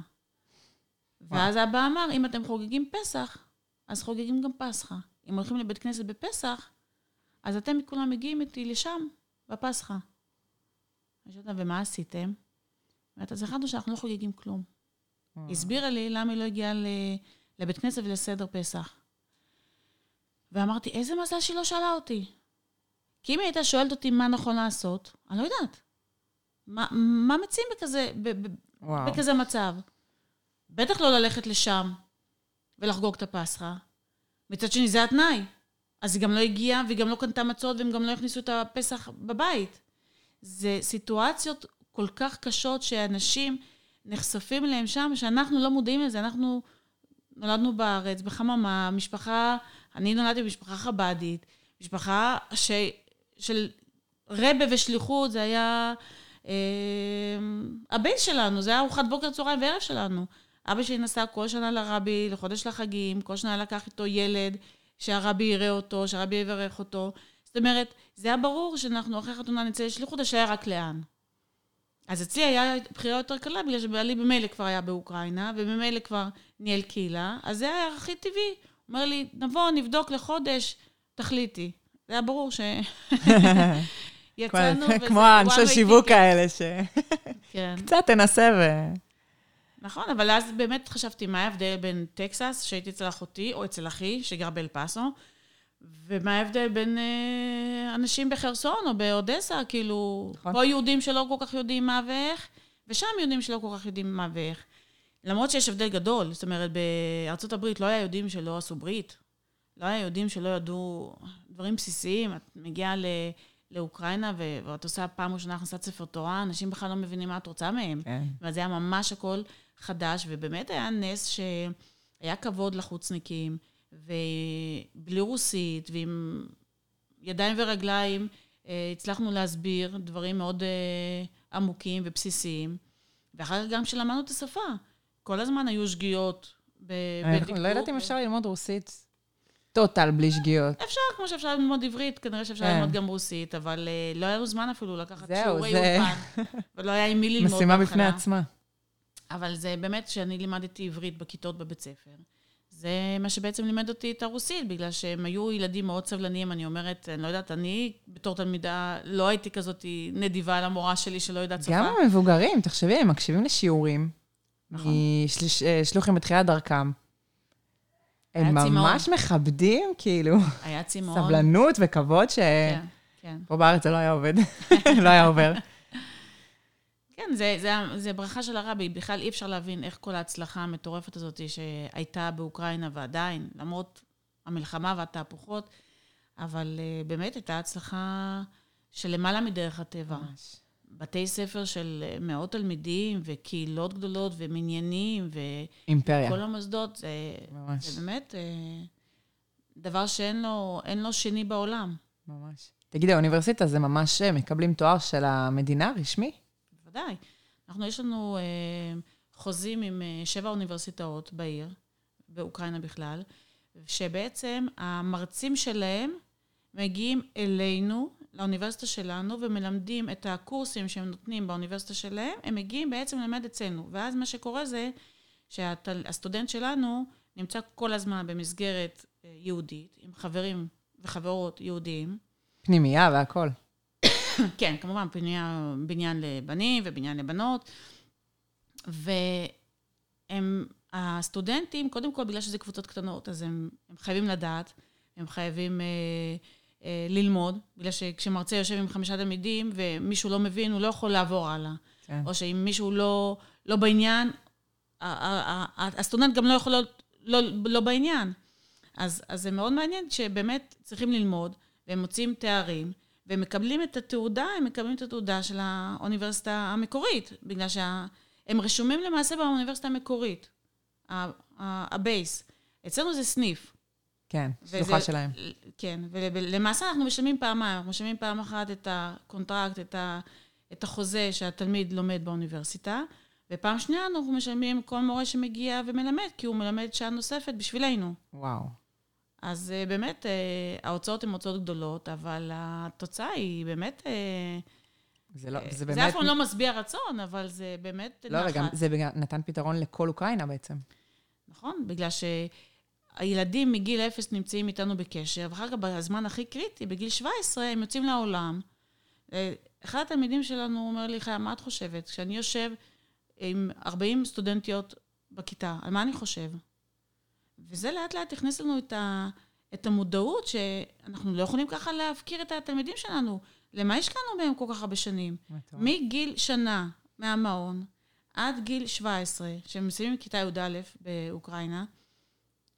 ואז אבא אמר, אם אתם חוגגים פסח, אז חוגגים גם פסחה. אם הולכים לבית כנסת בפסח, אז אתם כולם מגיעים איתי לשם, בפסחה. ומה עשיתם? אז החלטנו שאנחנו לא חוגגים כלום. היא הסבירה לי למה היא לא הגיעה לבית כנסת ולסדר פסח. ואמרתי, איזה מזל שהיא לא שאלה אותי. כי אם היא הייתה שואלת אותי מה נכון לעשות, אני לא יודעת. מה, מה מציעים בכזה, ב, ב, בכזה מצב? בטח לא ללכת לשם ולחגוג את הפסחה. מצד שני, זה התנאי. אז היא גם לא הגיעה, והיא גם לא קנתה מצות, והם גם לא הכניסו את הפסח בבית. זה סיטואציות כל כך קשות שאנשים נחשפים אליהם שם, שאנחנו לא מודעים לזה. אנחנו נולדנו בארץ, בחממה, משפחה, אני נולדתי במשפחה חבדית, משפחה ש, של רבא ושליחות, זה היה אה, הבייס שלנו, זה היה ארוחת בוקר, צהריים וערב שלנו. אבא שלי נסע כל שנה לרבי, לחודש לחגים, כל שנה לקח איתו ילד, שהרבי יראה אותו, שהרבי יברך אותו. זאת אומרת, זה היה ברור שאנחנו אחרי חתונה נצא לשליחות, השאלה רק לאן. אז אצלי היה בחירה יותר קלה, בגלל שבעלי במילא כבר היה באוקראינה, ובמילא כבר ניהל קהילה, אז זה היה הכי טבעי. הוא אומר לי, נבוא, נבדוק לחודש, תחליטי. זה היה ברור ש... יצאנו, וזה... כמו האנשי שיווק האלה, ש... כן. קצת תנסה ו... נכון, אבל אז באמת חשבתי, מה ההבדל בין טקסס, שהייתי אצל אחותי, או אצל אחי, שגר באל פאסו, ומה ההבדל בין אה, אנשים בחרסון או באודסה, כאילו, נכון. פה יהודים שלא כל כך יודעים מה ואיך, ושם יהודים שלא כל כך יודעים מה ואיך. למרות שיש הבדל גדול, זאת אומרת, בארצות הברית לא היה יהודים שלא עשו ברית, לא היה יהודים שלא ידעו דברים בסיסיים, את מגיעה ל... לאוקראינה, ואת עושה פעם ראשונה הכנסת ספר תורה, אנשים בכלל לא מבינים מה את רוצה מהם. כן. וזה היה ממש הכל חדש, ובאמת היה נס שהיה כבוד לחוצניקים, ובלי רוסית, ועם ידיים ורגליים, הצלחנו להסביר דברים מאוד עמוקים ובסיסיים, ואחר כך גם שלמדנו את השפה. כל הזמן היו שגיאות בדקדוק. לא יודעת אם אפשר ללמוד רוסית. טוטל, בלי שגיאות. אפשר, כמו שאפשר ללמוד עברית, כנראה שאפשר ללמוד גם רוסית, אבל לא היה לו זמן אפילו לקחת שיעורי אולפן, ולא היה עם מי ללמוד. משימה בפני עצמה. אבל זה באמת שאני לימדתי עברית בכיתות בבית ספר. זה מה שבעצם לימד אותי את הרוסית, בגלל שהם היו ילדים מאוד סבלניים, אני אומרת, אני לא יודעת, אני בתור תלמידה לא הייתי כזאת נדיבה למורה שלי שלא יודעת שפה. גם המבוגרים, תחשבי, הם מקשיבים לשיעורים. נכון. שלוחים בתחילת דרכם. הם ממש מכבדים, כאילו, היה צימון. סבלנות וכבוד ש... כן, כן. פה בארץ זה לא היה עובד, לא היה עובר. כן, זה, זה, זה ברכה של הרבי, בכלל אי אפשר להבין איך כל ההצלחה המטורפת הזאת שהייתה באוקראינה ועדיין, למרות המלחמה והתהפוכות, אבל באמת הייתה הצלחה של למעלה מדרך הטבע. ממש. בתי ספר של מאות תלמידים, וקהילות גדולות, ומניינים, אימפריה. וכל המוסדות, זה, זה באמת דבר שאין לו, אין לו שני בעולם. ממש. תגידי, האוניברסיטה זה ממש מקבלים תואר של המדינה רשמי? בוודאי. אנחנו, יש לנו אה, חוזים עם אה, שבע אוניברסיטאות בעיר, באוקראינה בכלל, שבעצם המרצים שלהם מגיעים אלינו, לאוניברסיטה שלנו, ומלמדים את הקורסים שהם נותנים באוניברסיטה שלהם, הם מגיעים בעצם ללמד אצלנו. ואז מה שקורה זה שהסטודנט שלנו נמצא כל הזמן במסגרת יהודית, עם חברים וחברות יהודיים. פנימייה והכל. כן, כמובן, פנימייה, בניין לבנים ובניין לבנות. והם, הסטודנטים, קודם כל, בגלל שזה קבוצות קטנות, אז הם, הם חייבים לדעת, הם חייבים... ללמוד, בגלל שכשמרצה יושב עם חמישה תלמידים, ומישהו לא מבין, הוא לא יכול לעבור הלאה. כן. או שאם מישהו לא, לא בעניין, הסטודנט גם לא יכול להיות לא, לא בעניין. אז, אז זה מאוד מעניין שבאמת צריכים ללמוד, והם מוצאים תארים, והם מקבלים את התעודה, הם מקבלים את התעודה של האוניברסיטה המקורית, בגלל שהם רשומים למעשה באוניברסיטה המקורית, הבייס. אצלנו זה סניף. כן, שלוחה שלהם. כן, ולמעשה אנחנו משלמים פעמיים, אנחנו משלמים פעם אחת את הקונטרקט, את, ה, את החוזה שהתלמיד לומד באוניברסיטה, ופעם שנייה אנחנו משלמים כל מורה שמגיע ומלמד, כי הוא מלמד שעה נוספת בשבילנו. וואו. אז באמת, ההוצאות הן הוצאות גדולות, אבל התוצאה היא באמת... זה, לא, זה, זה באמת... אף פעם לא משביע רצון, אבל זה באמת לא, נחת. לא, זה נתן פתרון לכל אוקראינה בעצם. נכון, בגלל ש... הילדים מגיל אפס נמצאים איתנו בקשר, ואחר כך בזמן הכי קריטי, בגיל שבע עשרה, הם יוצאים לעולם. אחד התלמידים שלנו אומר לי, חיה, מה את חושבת? כשאני יושב עם ארבעים סטודנטיות בכיתה, על מה אני חושב? וזה לאט לאט הכניס לנו את, ה, את המודעות, שאנחנו לא יכולים ככה להפקיר את התלמידים שלנו. למה השקענו בהם כל כך הרבה שנים? מגיל שנה מהמעון, עד גיל שבע עשרה, שהם מסיימים כיתה י"א באוקראינה,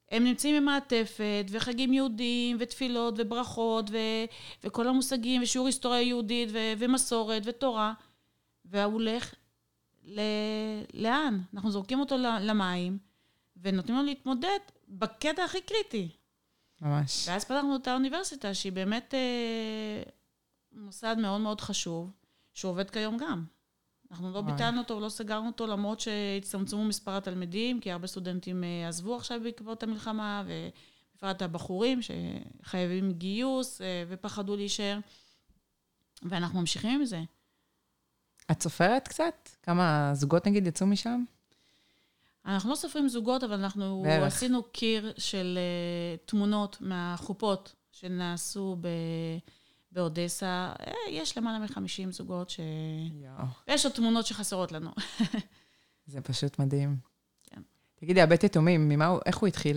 הם נמצאים במעטפת, וחגים יהודיים, ותפילות, וברכות, ו... וכל המושגים, ושיעור היסטוריה יהודית, ו... ומסורת, ותורה, והוא הולך ל... לאן? אנחנו זורקים אותו למים, ונותנים לו להתמודד בקטע הכי קריטי. ממש. ואז פתחנו את האוניברסיטה, שהיא באמת אה, מוסד מאוד מאוד חשוב, שהוא עובד כיום גם. אנחנו לא ביטלנו אותו ולא סגרנו אותו, למרות שהצטמצמו מספר התלמידים, כי הרבה סטודנטים אה, עזבו עכשיו בעקבות המלחמה, ובפרט הבחורים שחייבים גיוס אה, ופחדו להישאר, ואנחנו ממשיכים עם זה. את סופרת קצת? כמה זוגות נגיד יצאו משם? אנחנו לא סופרים זוגות, אבל אנחנו בערך. עשינו קיר של uh, תמונות מהחופות שנעשו ב... באודסה. יש למעלה מ-חמישים זוגות ש... יאו. ויש עוד תמונות שחסרות לנו. זה פשוט מדהים. כן. תגידי, הבית יתומים, ממה הוא, איך הוא התחיל?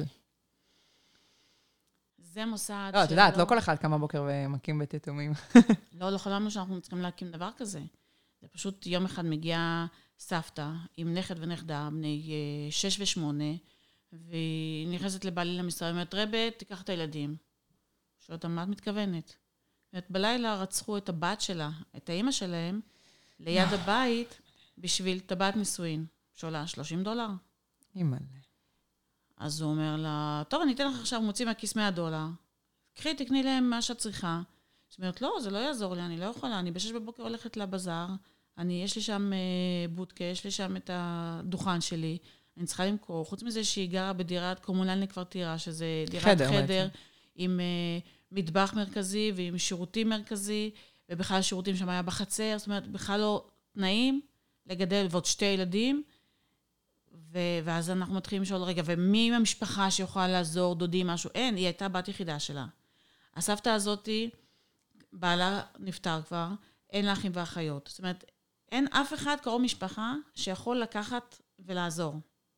זה מוסד לא, את יודעת, לא כל אחד קם בבוקר ומקים בית יתומים. לא, לא חלמנו שאנחנו צריכים להקים דבר כזה. זה פשוט יום אחד מגיע סבתא עם נכד ונכדה, בני שש ושמונה, והיא נכנסת לבעלי למשרד, אומרת, רבה, תיקח את הילדים. שואלת, מה את מתכוונת? אומרת, בלילה רצחו את הבת שלה, את האמא שלהם, ליד הבית, בשביל טבעת נישואין, שעולה שלושים דולר. אימא'לה. אז הוא אומר לה, טוב, אני אתן לך עכשיו, מוציא מהכיס מאה דולר, קחי, תקני להם מה שאת צריכה. זאת אומרת, לא, זה לא יעזור לי, אני לא יכולה, אני בשש בבוקר הולכת לבזאר, אני, יש לי שם בודקה, יש לי שם את הדוכן שלי, אני צריכה למכור, חוץ מזה שהיא גרה בדירת קומונלני קוורטירה, שזה דירת חדר, חדר עם uh, מטבח מרכזי ועם שירותים מרכזי, ובכלל השירותים שם היה בחצר, זאת אומרת, בכלל לא תנאים לגדל ועוד שתי ילדים, ו- ואז אנחנו מתחילים לשאול, רגע, ומי עם המשפחה שיכולה לעזור, דודי, משהו? אין, היא הייתה בת יחידה שלה. הסבתא הזאתי, בעלה נפטר כבר, אין לה אחים ואחיות. זאת אומרת, אין אף אחד קרוב משפחה שיכול לקחת ולעזור.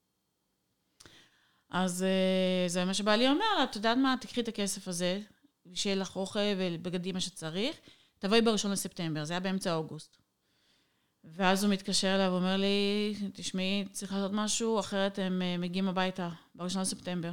אז זה מה שבעלי אומר לה, את יודעת מה, תקחי את הכסף הזה, שיהיה לך אוכל ובגדים מה שצריך, תבואי בראשון לספטמבר, זה היה באמצע אוגוסט. ואז הוא מתקשר אליו ואומר לי, תשמעי, צריך לעשות משהו, אחרת הם מגיעים הביתה בראשון לספטמבר.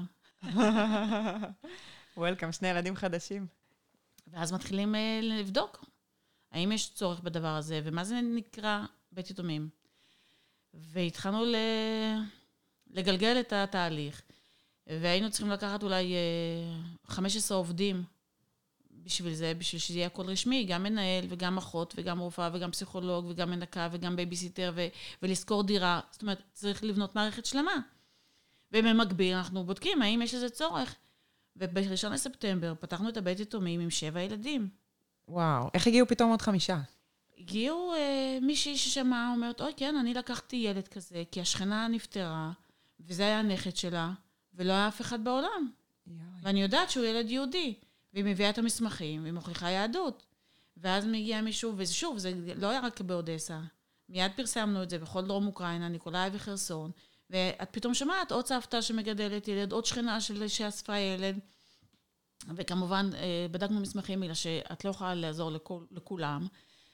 וולקאם, שני ילדים חדשים. ואז מתחילים לבדוק. האם יש צורך בדבר הזה, ומה זה נקרא בית יתומים. והתחלנו לגלגל את התהליך, והיינו צריכים לקחת אולי חמישה עשר עובדים בשביל זה, בשביל שזה יהיה הכל רשמי, גם מנהל וגם אחות וגם רופאה וגם פסיכולוג וגם מנקה וגם בייביסיטר ו- ולזכור דירה. זאת אומרת, צריך לבנות מערכת שלמה. ובמקביל אנחנו בודקים האם יש לזה צורך. ובראשון לספטמבר פתחנו את הבית יתומים עם שבע ילדים. וואו, איך הגיעו פתאום עוד חמישה? הגיעו אה, מישהי ששמעה, אומרת, אוי כן, אני לקחתי ילד כזה, כי השכנה נפטרה, וזה היה הנכד שלה, ולא היה אף אחד בעולם. יוי. ואני יודעת שהוא ילד יהודי, והיא מביאה את המסמכים, והיא מוכיחה יהדות. ואז מגיע מישהו, ושוב, זה לא היה רק באודסה. מיד פרסמנו את זה בכל דרום אוקראינה, ניקולאי וחרסון, ואת פתאום שמעת עוד סבתא שמגדלת ילד, עוד שכנה של שאספה ילד, וכמובן בדקנו מסמכים, בגלל שאת לא יכולה לעזור לכול, לכולם,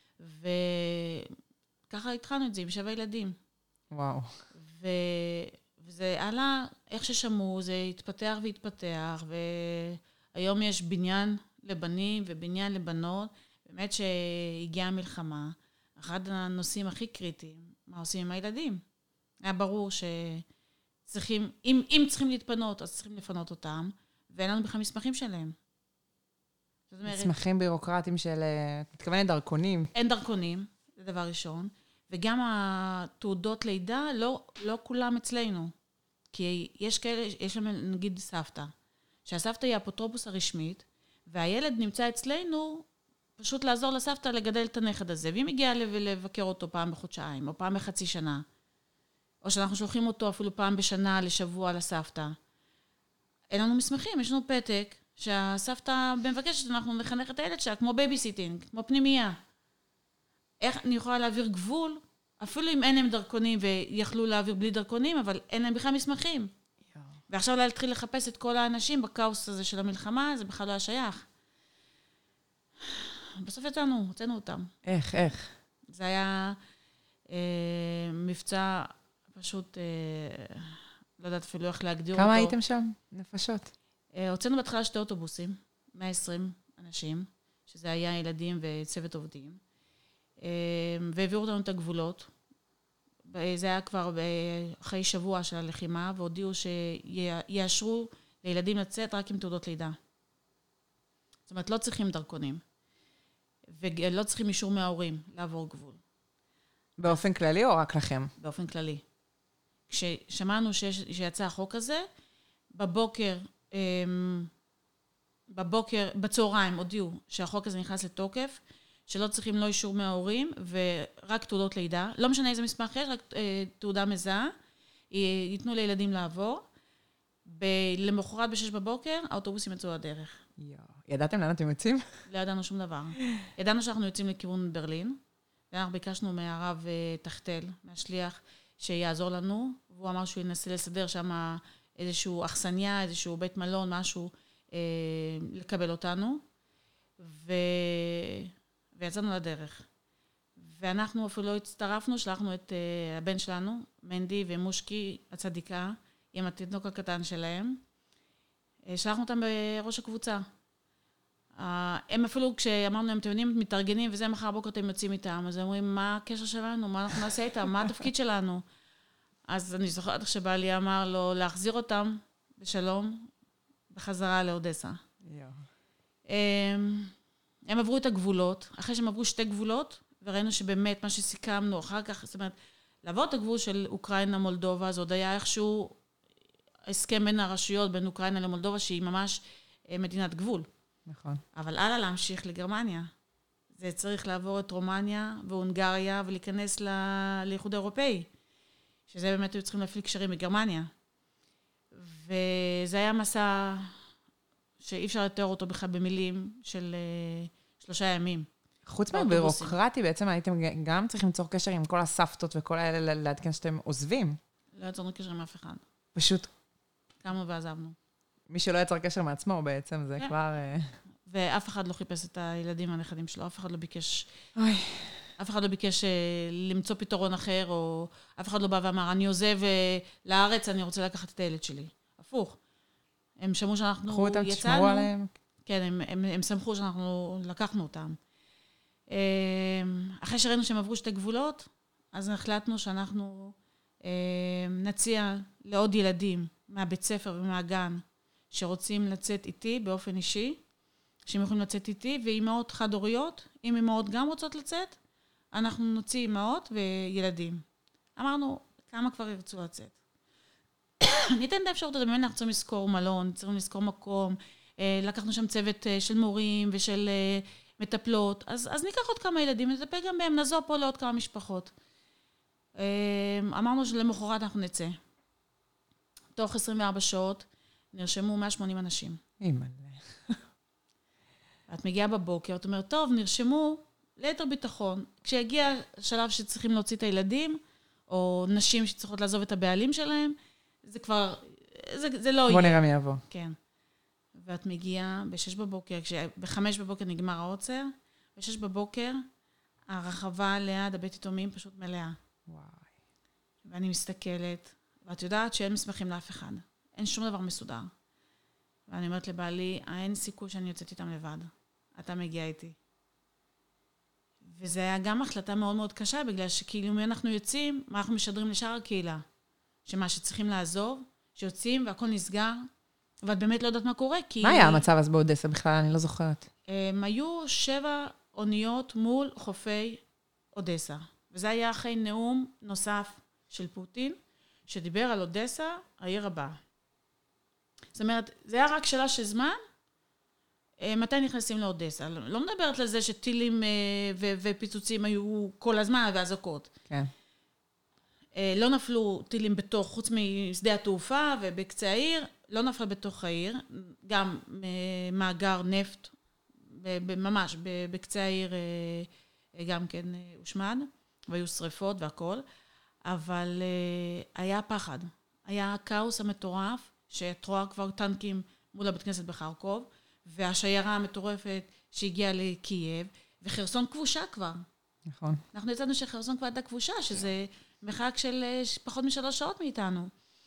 וככה התחלנו את זה עם שבע ילדים. וואו. ו... וזה עלה, איך ששמעו, זה התפתח והתפתח, והיום יש בניין לבנים ובניין לבנות, באמת שהגיעה המלחמה, אחד הנושאים הכי קריטיים, מה עושים עם הילדים? היה ברור שצריכים, אם, אם צריכים להתפנות, אז צריכים לפנות אותם, ואין לנו בכלל מסמכים שלהם. מסמכים בירוקרטיים של, את מתכוונת דרכונים? אין דרכונים, זה דבר ראשון, וגם התעודות לידה, לא, לא כולם אצלנו. כי יש כאלה, יש להם נגיד סבתא, שהסבתא היא האפוטרופוס הרשמית, והילד נמצא אצלנו פשוט לעזור לסבתא לגדל את הנכד הזה, והיא מגיעה לבקר אותו פעם בחודשיים, או פעם בחצי שנה, או שאנחנו שולחים אותו אפילו פעם בשנה לשבוע לסבתא. אין לנו מסמכים, יש לנו פתק, שהסבתא מבקשת, אנחנו נחנך את הילד שלה, כמו בייביסיטינג, כמו פנימייה. איך אני יכולה להעביר גבול, אפילו אם אין להם דרכונים, ויכלו להעביר בלי דרכונים, אבל אין להם בכלל מסמכים. Yeah. ועכשיו להתחיל לחפש את כל האנשים בקאוס הזה של המלחמה, זה בכלל לא היה שייך. בסוף יצאנו, הוצאנו אותם. איך, איך? זה היה אה, מבצע פשוט אה, לא יודעת אפילו איך להגדיר אותו. כמה הייתם שם? נפשות. הוצאנו בהתחלה שתי אוטובוסים, מאה ועשרים אנשים, שזה היה ילדים וצוות עובדים, והעבירו אותנו את הגבולות. זה היה כבר אחרי שבוע של הלחימה, והודיעו שיאשרו לילדים לצאת רק עם תעודות לידה. זאת אומרת, לא צריכים דרכונים, ולא צריכים אישור מההורים לעבור גבול. באופן כללי או רק לכם? באופן כללי. כששמענו שיש, שיצא החוק הזה, בבוקר, בבוקר, בצהריים הודיעו שהחוק הזה נכנס לתוקף, שלא צריכים לא אישור מההורים, ורק תעודות לידה. לא משנה איזה מסמך יש, רק תעודה מזהה, ייתנו לילדים לעבור. למחרת בשש בבוקר, האוטובוסים יצאו לדרך. ידעתם לאן אתם יוצאים? לא ידענו שום דבר. ידענו שאנחנו יוצאים לכיוון ברלין, ואנחנו ביקשנו מהרב תחתל, מהשליח, שיעזור לנו, והוא אמר שהוא ינסה לסדר שם איזשהו אכסניה, איזשהו בית מלון, משהו, אה, לקבל אותנו, ו... ויצאנו לדרך. ואנחנו אפילו לא הצטרפנו, שלחנו את אה, הבן שלנו, מנדי ומושקי, הצדיקה, עם התינוק הקטן שלהם, אה, שלחנו אותם בראש הקבוצה. אה, הם אפילו כשאמרנו להם, אתם יודעים, מתארגנים, וזה מחר בוקר אתם יוצאים איתם, אז הם אומרים, מה הקשר שלנו? מה אנחנו נעשה איתם? מה התפקיד שלנו? אז אני זוכרת שבעלי אמר לו להחזיר אותם בשלום, בחזרה לאודסה. Yeah. הם עברו את הגבולות, אחרי שהם עברו שתי גבולות, וראינו שבאמת מה שסיכמנו אחר כך, זאת אומרת, לעבור את הגבול של אוקראינה מולדובה, זה עוד היה איכשהו הסכם בין הרשויות, בין אוקראינה למולדובה, שהיא ממש מדינת גבול. נכון. אבל הלאה להמשיך לגרמניה. זה צריך לעבור את רומניה והונגריה, ולהיכנס לאיחוד האירופאי. שזה באמת היו צריכים להפעיל קשרים בגרמניה. וזה היה מסע שאי אפשר לתאר אותו בכלל במילים של uh, שלושה ימים. חוץ מהבירוקרטי, בעצם הייתם גם צריכים ליצור קשר עם כל הסבתות וכל האלה לעדכן שאתם עוזבים. לא יצרנו קשר עם אף אחד. פשוט. קמנו ועזבנו. מי שלא יצר קשר מעצמו בעצם, זה כן. כבר... ואף אחד לא חיפש את הילדים והנכדים שלו, אף אחד לא ביקש... אוי. אף אחד לא ביקש למצוא פתרון אחר, או אף אחד לא בא ואמר, אני עוזב לארץ, אני רוצה לקחת את הילד שלי. הפוך. הם שמעו שאנחנו קחו אותם, יצאנו. תשמרו עליהם. כן, הם, הם, הם שמחו שאנחנו לקחנו אותם. אחרי שראינו שהם עברו שתי גבולות, אז החלטנו שאנחנו נציע לעוד ילדים מהבית ספר ומהגן, שרוצים לצאת איתי באופן אישי, שהם יכולים לצאת איתי, ואימהות חד-הוריות, אם אימהות גם רוצות לצאת, אנחנו נוציא אימהות וילדים. אמרנו, כמה כבר ירצו לצאת. ניתן את האפשרות, באמת אנחנו צריכים לזכור מלון, צריכים לזכור מקום, לקחנו שם צוות של מורים ושל מטפלות, אז, אז ניקח עוד כמה ילדים, נטפל גם בהם, נעזור פה לעוד כמה משפחות. אמרנו שלמחרת אנחנו נצא. תוך עשרים וארבע שעות נרשמו מאה ושמונים אנשים. אימא'לה. את מגיעה בבוקר, את אומרת, טוב, נרשמו ליתר ביטחון. כשיגיע השלב שצריכים להוציא את הילדים, או נשים שצריכות לעזוב את הבעלים שלהם, זה כבר, זה, זה לא יהיה. בוא נראה מי יבוא. כן. ואת מגיעה בשש בבוקר, בחמש בבוקר נגמר העוצר, בשש בבוקר, הרחבה ליד הבית יתומים פשוט מלאה. וואי. ואני מסתכלת, ואת יודעת שאין מסמכים לאף אחד. אין שום דבר מסודר. ואני אומרת לבעלי, אין סיכוי שאני יוצאת איתם לבד. אתה מגיע איתי. וזה היה גם החלטה מאוד מאוד קשה, בגלל שכאילו אם אנחנו יוצאים, מה אנחנו משדרים לשאר הקהילה? שמה שצריכים לעזוב, שיוצאים והכל נסגר, ואת באמת לא יודעת מה קורה, כי... מה היה המצב אז באודסה בכלל? אני לא זוכרת. הם היו שבע אוניות מול חופי אודסה. וזה היה אחרי נאום נוסף של פוטין, שדיבר על אודסה, העיר הבאה. זאת אומרת, זה היה רק שאלה של זמן, מתי נכנסים לאודסה. לא מדברת על זה שטילים ו- ופיצוצים היו כל הזמן ואזעקות. כן. לא נפלו טילים בתוך, חוץ משדה התעופה ובקצה העיר, לא נפלה בתוך העיר, גם מאגר נפט, ממש בקצה העיר גם כן הושמד, והיו שריפות והכל, אבל היה פחד. היה כאוס המטורף, שאת רואה כבר טנקים מול הבית כנסת בחרקוב, והשיירה המטורפת שהגיעה לקייב, וחרסון כבושה כבר. נכון. אנחנו יצאנו שחרסון כבר הייתה כבושה, שזה מרחק של פחות משלוש שעות מאיתנו.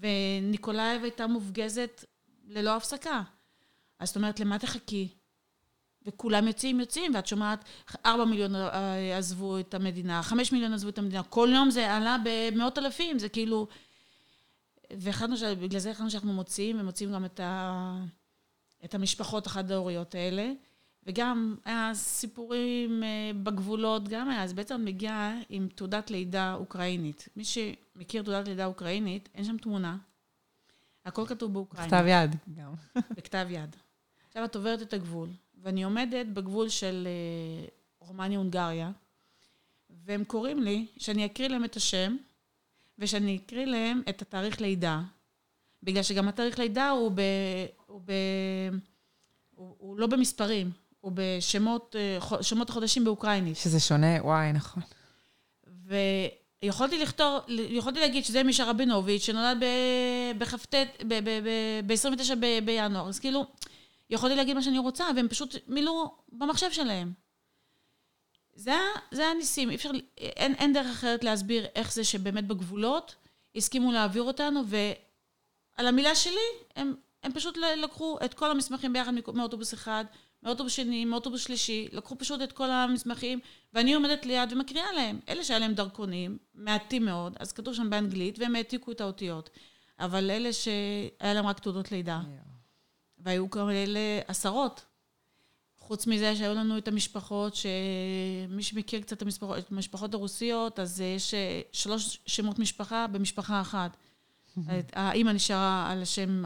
וניקולאייב הייתה מופגזת ללא הפסקה. אז זאת אומרת, למה תחכי? וכולם יוצאים, יוצאים, ואת שומעת, ארבע מיליון עזבו את המדינה, חמש מיליון עזבו את המדינה, כל יום זה עלה במאות אלפים, זה כאילו... והחלטנו שבגלל זה החלטנו שאנחנו מוציאים, ומוציאים גם את, ה... את המשפחות החד-הוריות האלה, וגם היה סיפורים בגבולות, גם היה, אז בעצם מגיע עם תעודת לידה אוקראינית. מי שמכיר תעודת לידה אוקראינית, אין שם תמונה, הכל כתוב באוקראינית. בכתב יד גם. בכתב יד. עכשיו את עוברת את הגבול, ואני עומדת בגבול של רומניה-הונגריה, והם קוראים לי שאני אקריא להם את השם, ושאני אקריא להם את התאריך לידה, בגלל שגם התאריך לידה הוא, ב, הוא, ב, הוא, הוא לא במספרים, הוא בשמות שמות החודשים באוקראינית. שזה שונה, וואי, נכון. ויכולתי לכתוב, יכולתי להגיד שזה מישה רבינוביץ' שנולד בחפתת, ב-עשרים ותשעה בינואר, אז כאילו, יכולתי להגיד מה שאני רוצה, והם פשוט מילאו במחשב שלהם. זה, זה הניסים, אפשר, אין, אין דרך אחרת להסביר איך זה שבאמת בגבולות הסכימו להעביר אותנו, ועל המילה שלי, הם, הם פשוט לקחו את כל המסמכים ביחד מאוטובוס אחד, מאוטובוס שני, מאוטובוס שלישי, לקחו פשוט את כל המסמכים, ואני עומדת ליד ומקריאה להם. אלה שהיה להם דרכונים, מעטים מאוד, אז כתוב שם באנגלית, והם העתיקו את האותיות. אבל אלה שהיה להם רק תעודות לידה. והיו גם אלה עשרות. חוץ מזה שהיו לנו את המשפחות, שמי שמכיר קצת את המשפחות, את המשפחות הרוסיות, אז יש שלוש שמות משפחה במשפחה אחת. האמא נשארה על השם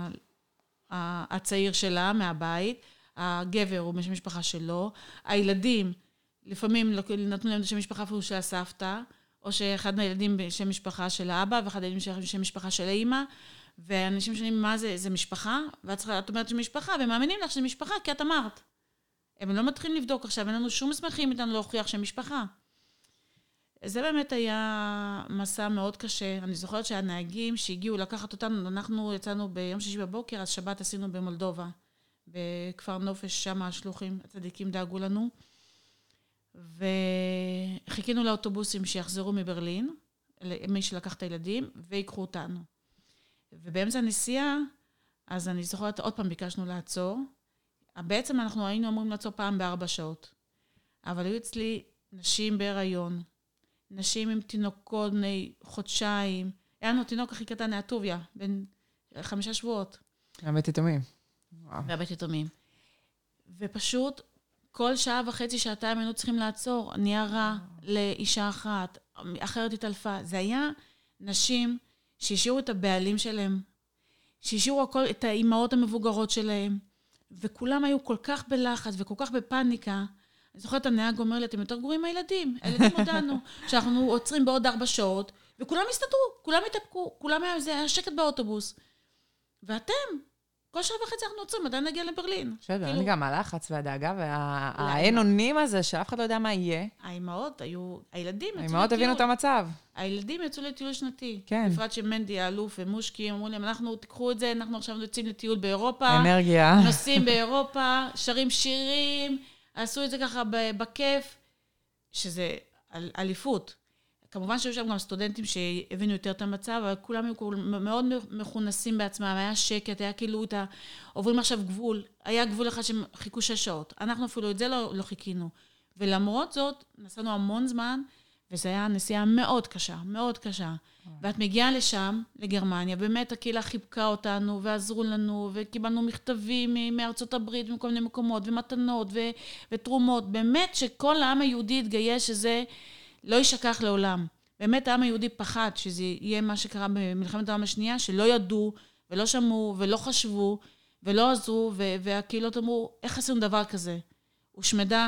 הצעיר שלה מהבית, הגבר הוא שם משפחה שלו, הילדים, לפעמים נתנו להם שם משפחה אפילו של הסבתא, או שאחד מהילדים שם משפחה של האבא, ואחד הילדים שם משפחה של האמא, ואנשים שונים מה זה, זה משפחה, ואת צריכה, את אומרת שמשפחה, והם מאמינים לך שזה משפחה, כי את אמרת. הם לא מתחילים לבדוק עכשיו, אין לנו שום מסמכים איתנו להוכיח שהם משפחה. זה באמת היה מסע מאוד קשה. אני זוכרת שהנהגים שהגיעו לקחת אותנו, אנחנו יצאנו ביום שישי בבוקר, אז שבת עשינו במולדובה, בכפר נופש, שם השלוחים, הצדיקים דאגו לנו, וחיכינו לאוטובוסים שיחזרו מברלין, מי שלקח את הילדים, ויקחו אותנו. ובאמצע הנסיעה, אז אני זוכרת, עוד פעם ביקשנו לעצור, בעצם אנחנו היינו אמורים לעצור פעם בארבע שעות, אבל היו אצלי נשים בהיריון, נשים עם תינוקות בני חודשיים, היה לנו תינוק הכי קטן מהטוביה, בין חמישה שבועות. מהבית יתומים. מהבית יתומים. ופשוט כל שעה וחצי, שעתיים היינו צריכים לעצור, נהיה רע לאישה אחת, אחרת התעלפה. זה היה נשים שהשאירו את הבעלים שלהם, שהשאירו הכל, את האימהות המבוגרות שלהם, וכולם היו כל כך בלחץ וכל כך בפאניקה. אני זוכרת, הנהג אומר לי, אתם יותר גרועים מהילדים, הילדים הודענו, שאנחנו עוצרים בעוד ארבע שעות, וכולם הסתדרו, כולם התאפקו, כולם היה, זה היה שקט באוטובוס. ואתם, כל שעה וחצי אנחנו עוצרים, עדיין נגיע לברלין. בסדר, אני גם הלחץ והדאגה, והאין אונים הזה, שאף אחד לא יודע מה יהיה. האימהות היו, הילדים יצאו לטיול. האימהות הבינו את המצב. הילדים יצאו לטיול שנתי. כן. בפרט שמנדי, האלוף ומושקי, אמרו להם, אנחנו תיקחו את זה, אנחנו עכשיו יוצאים לטיול באירופה. אנרגיה. נוסעים באירופה, שרים שירים, עשו את זה ככה בכיף, שזה אליפות. כמובן שהיו שם גם סטודנטים שהבינו יותר את המצב, אבל כולם היו מאוד מכונסים בעצמם, היה שקט, היה כאילו את ה... עוברים עכשיו גבול, היה גבול אחד שחיכו שש שעות. אנחנו אפילו את זה לא, לא חיכינו. ולמרות זאת, נסענו המון זמן, וזו הייתה נסיעה מאוד קשה, מאוד קשה. ואת מגיעה לשם, לגרמניה, באמת הקהילה חיבקה אותנו, ועזרו לנו, וקיבלנו מכתבים מארצות הברית, מכל מיני מקומות, ומתנות, ו... ותרומות. באמת שכל העם היהודי התגייס, שזה לא ישכח לעולם. באמת העם היהודי פחד, שזה יהיה מה שקרה במלחמת העולם השנייה, שלא ידעו, ולא שמעו, ולא חשבו, ולא עזרו, ו... והקהילות אמרו, איך עשינו דבר כזה? הושמדה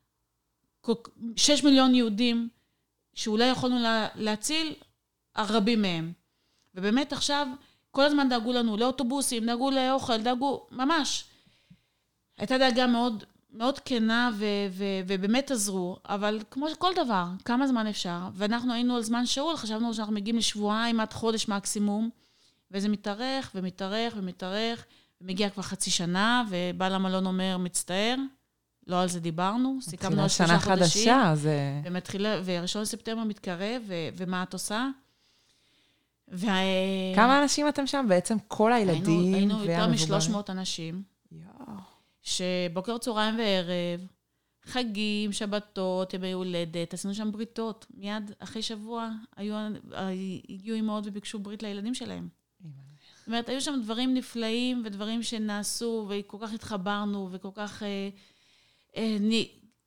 שש מיליון יהודים, שאולי יכולנו לה, להציל הרבים מהם. ובאמת עכשיו, כל הזמן דאגו לנו לאוטובוסים, דאגו לאוכל, דאגו, ממש. הייתה דאגה מאוד, מאוד כנה ו- ו- ובאמת עזרו, אבל כמו כל דבר, כמה זמן אפשר, ואנחנו היינו על זמן שאול, חשבנו שאנחנו מגיעים לשבועיים עד חודש מקסימום, וזה מתארך ומתארך ומתארך, ומגיע כבר חצי שנה, ובעל המלון אומר, מצטער, לא על זה דיברנו, סיכמנו על שלושה חודשים. חדשה, זה... ומתחילה, וראשון ספטמבר מתקרב, ו- ומה את עושה? ו... כמה אנשים אתם שם? בעצם כל הילדים היינו, היינו יותר והמבוגרים? משלוש מאות אנשים, יואו. שבוקר, צהריים וערב, חגים, שבתות, ימי הולדת, עשינו שם בריתות. מיד אחרי שבוע היו, הגיעו אימהות וביקשו ברית לילדים שלהם. זאת אומרת, היו שם דברים נפלאים ודברים שנעשו, וכל כך התחברנו, וכל כך... אה, אה, נ...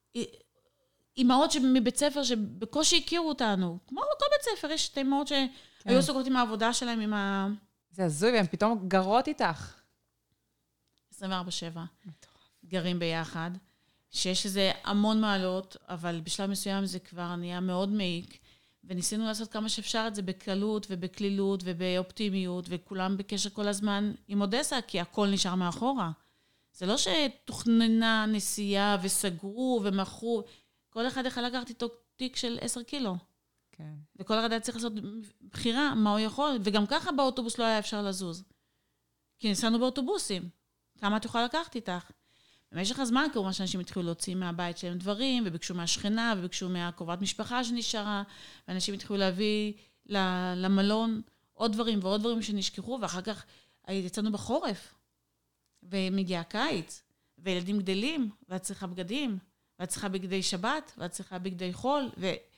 אימהות מבית ספר שבקושי הכירו אותנו. כמו בכל בית ספר, יש שתי אימהות שהיו כן. סוגרות עם העבודה שלהם, עם ה... זה הזוי, והן פתאום גרות איתך. עשרים וארבע שבע. גרים ביחד. שיש לזה המון מעלות, אבל בשלב מסוים זה כבר נהיה מאוד מעיק, וניסינו לעשות כמה שאפשר את זה בקלות ובכלילות ובאופטימיות, וכולם בקשר כל הזמן עם אודסה, כי הכל נשאר מאחורה. זה לא שתוכננה נסיעה וסגרו ומכרו, כל אחד יכול לקחת איתו תיק של עשר קילו. כן. וכל אחד היה צריך לעשות בחירה, מה הוא יכול, וגם ככה באוטובוס לא היה אפשר לזוז. כי נסענו באוטובוסים. כמה את יכולה לקחת איתך? במשך הזמן, כמובן שאנשים התחילו להוציא מהבית שלהם דברים, וביקשו מהשכנה, וביקשו מהקרובת משפחה שנשארה, ואנשים התחילו להביא למלון עוד דברים ועוד דברים שנשכחו, ואחר כך יצאנו בחורף, ומגיע הקיץ, וילדים גדלים, ואת צריכה בגדים, ואת צריכה בגדי שבת, ואת צריכה בגדי חול,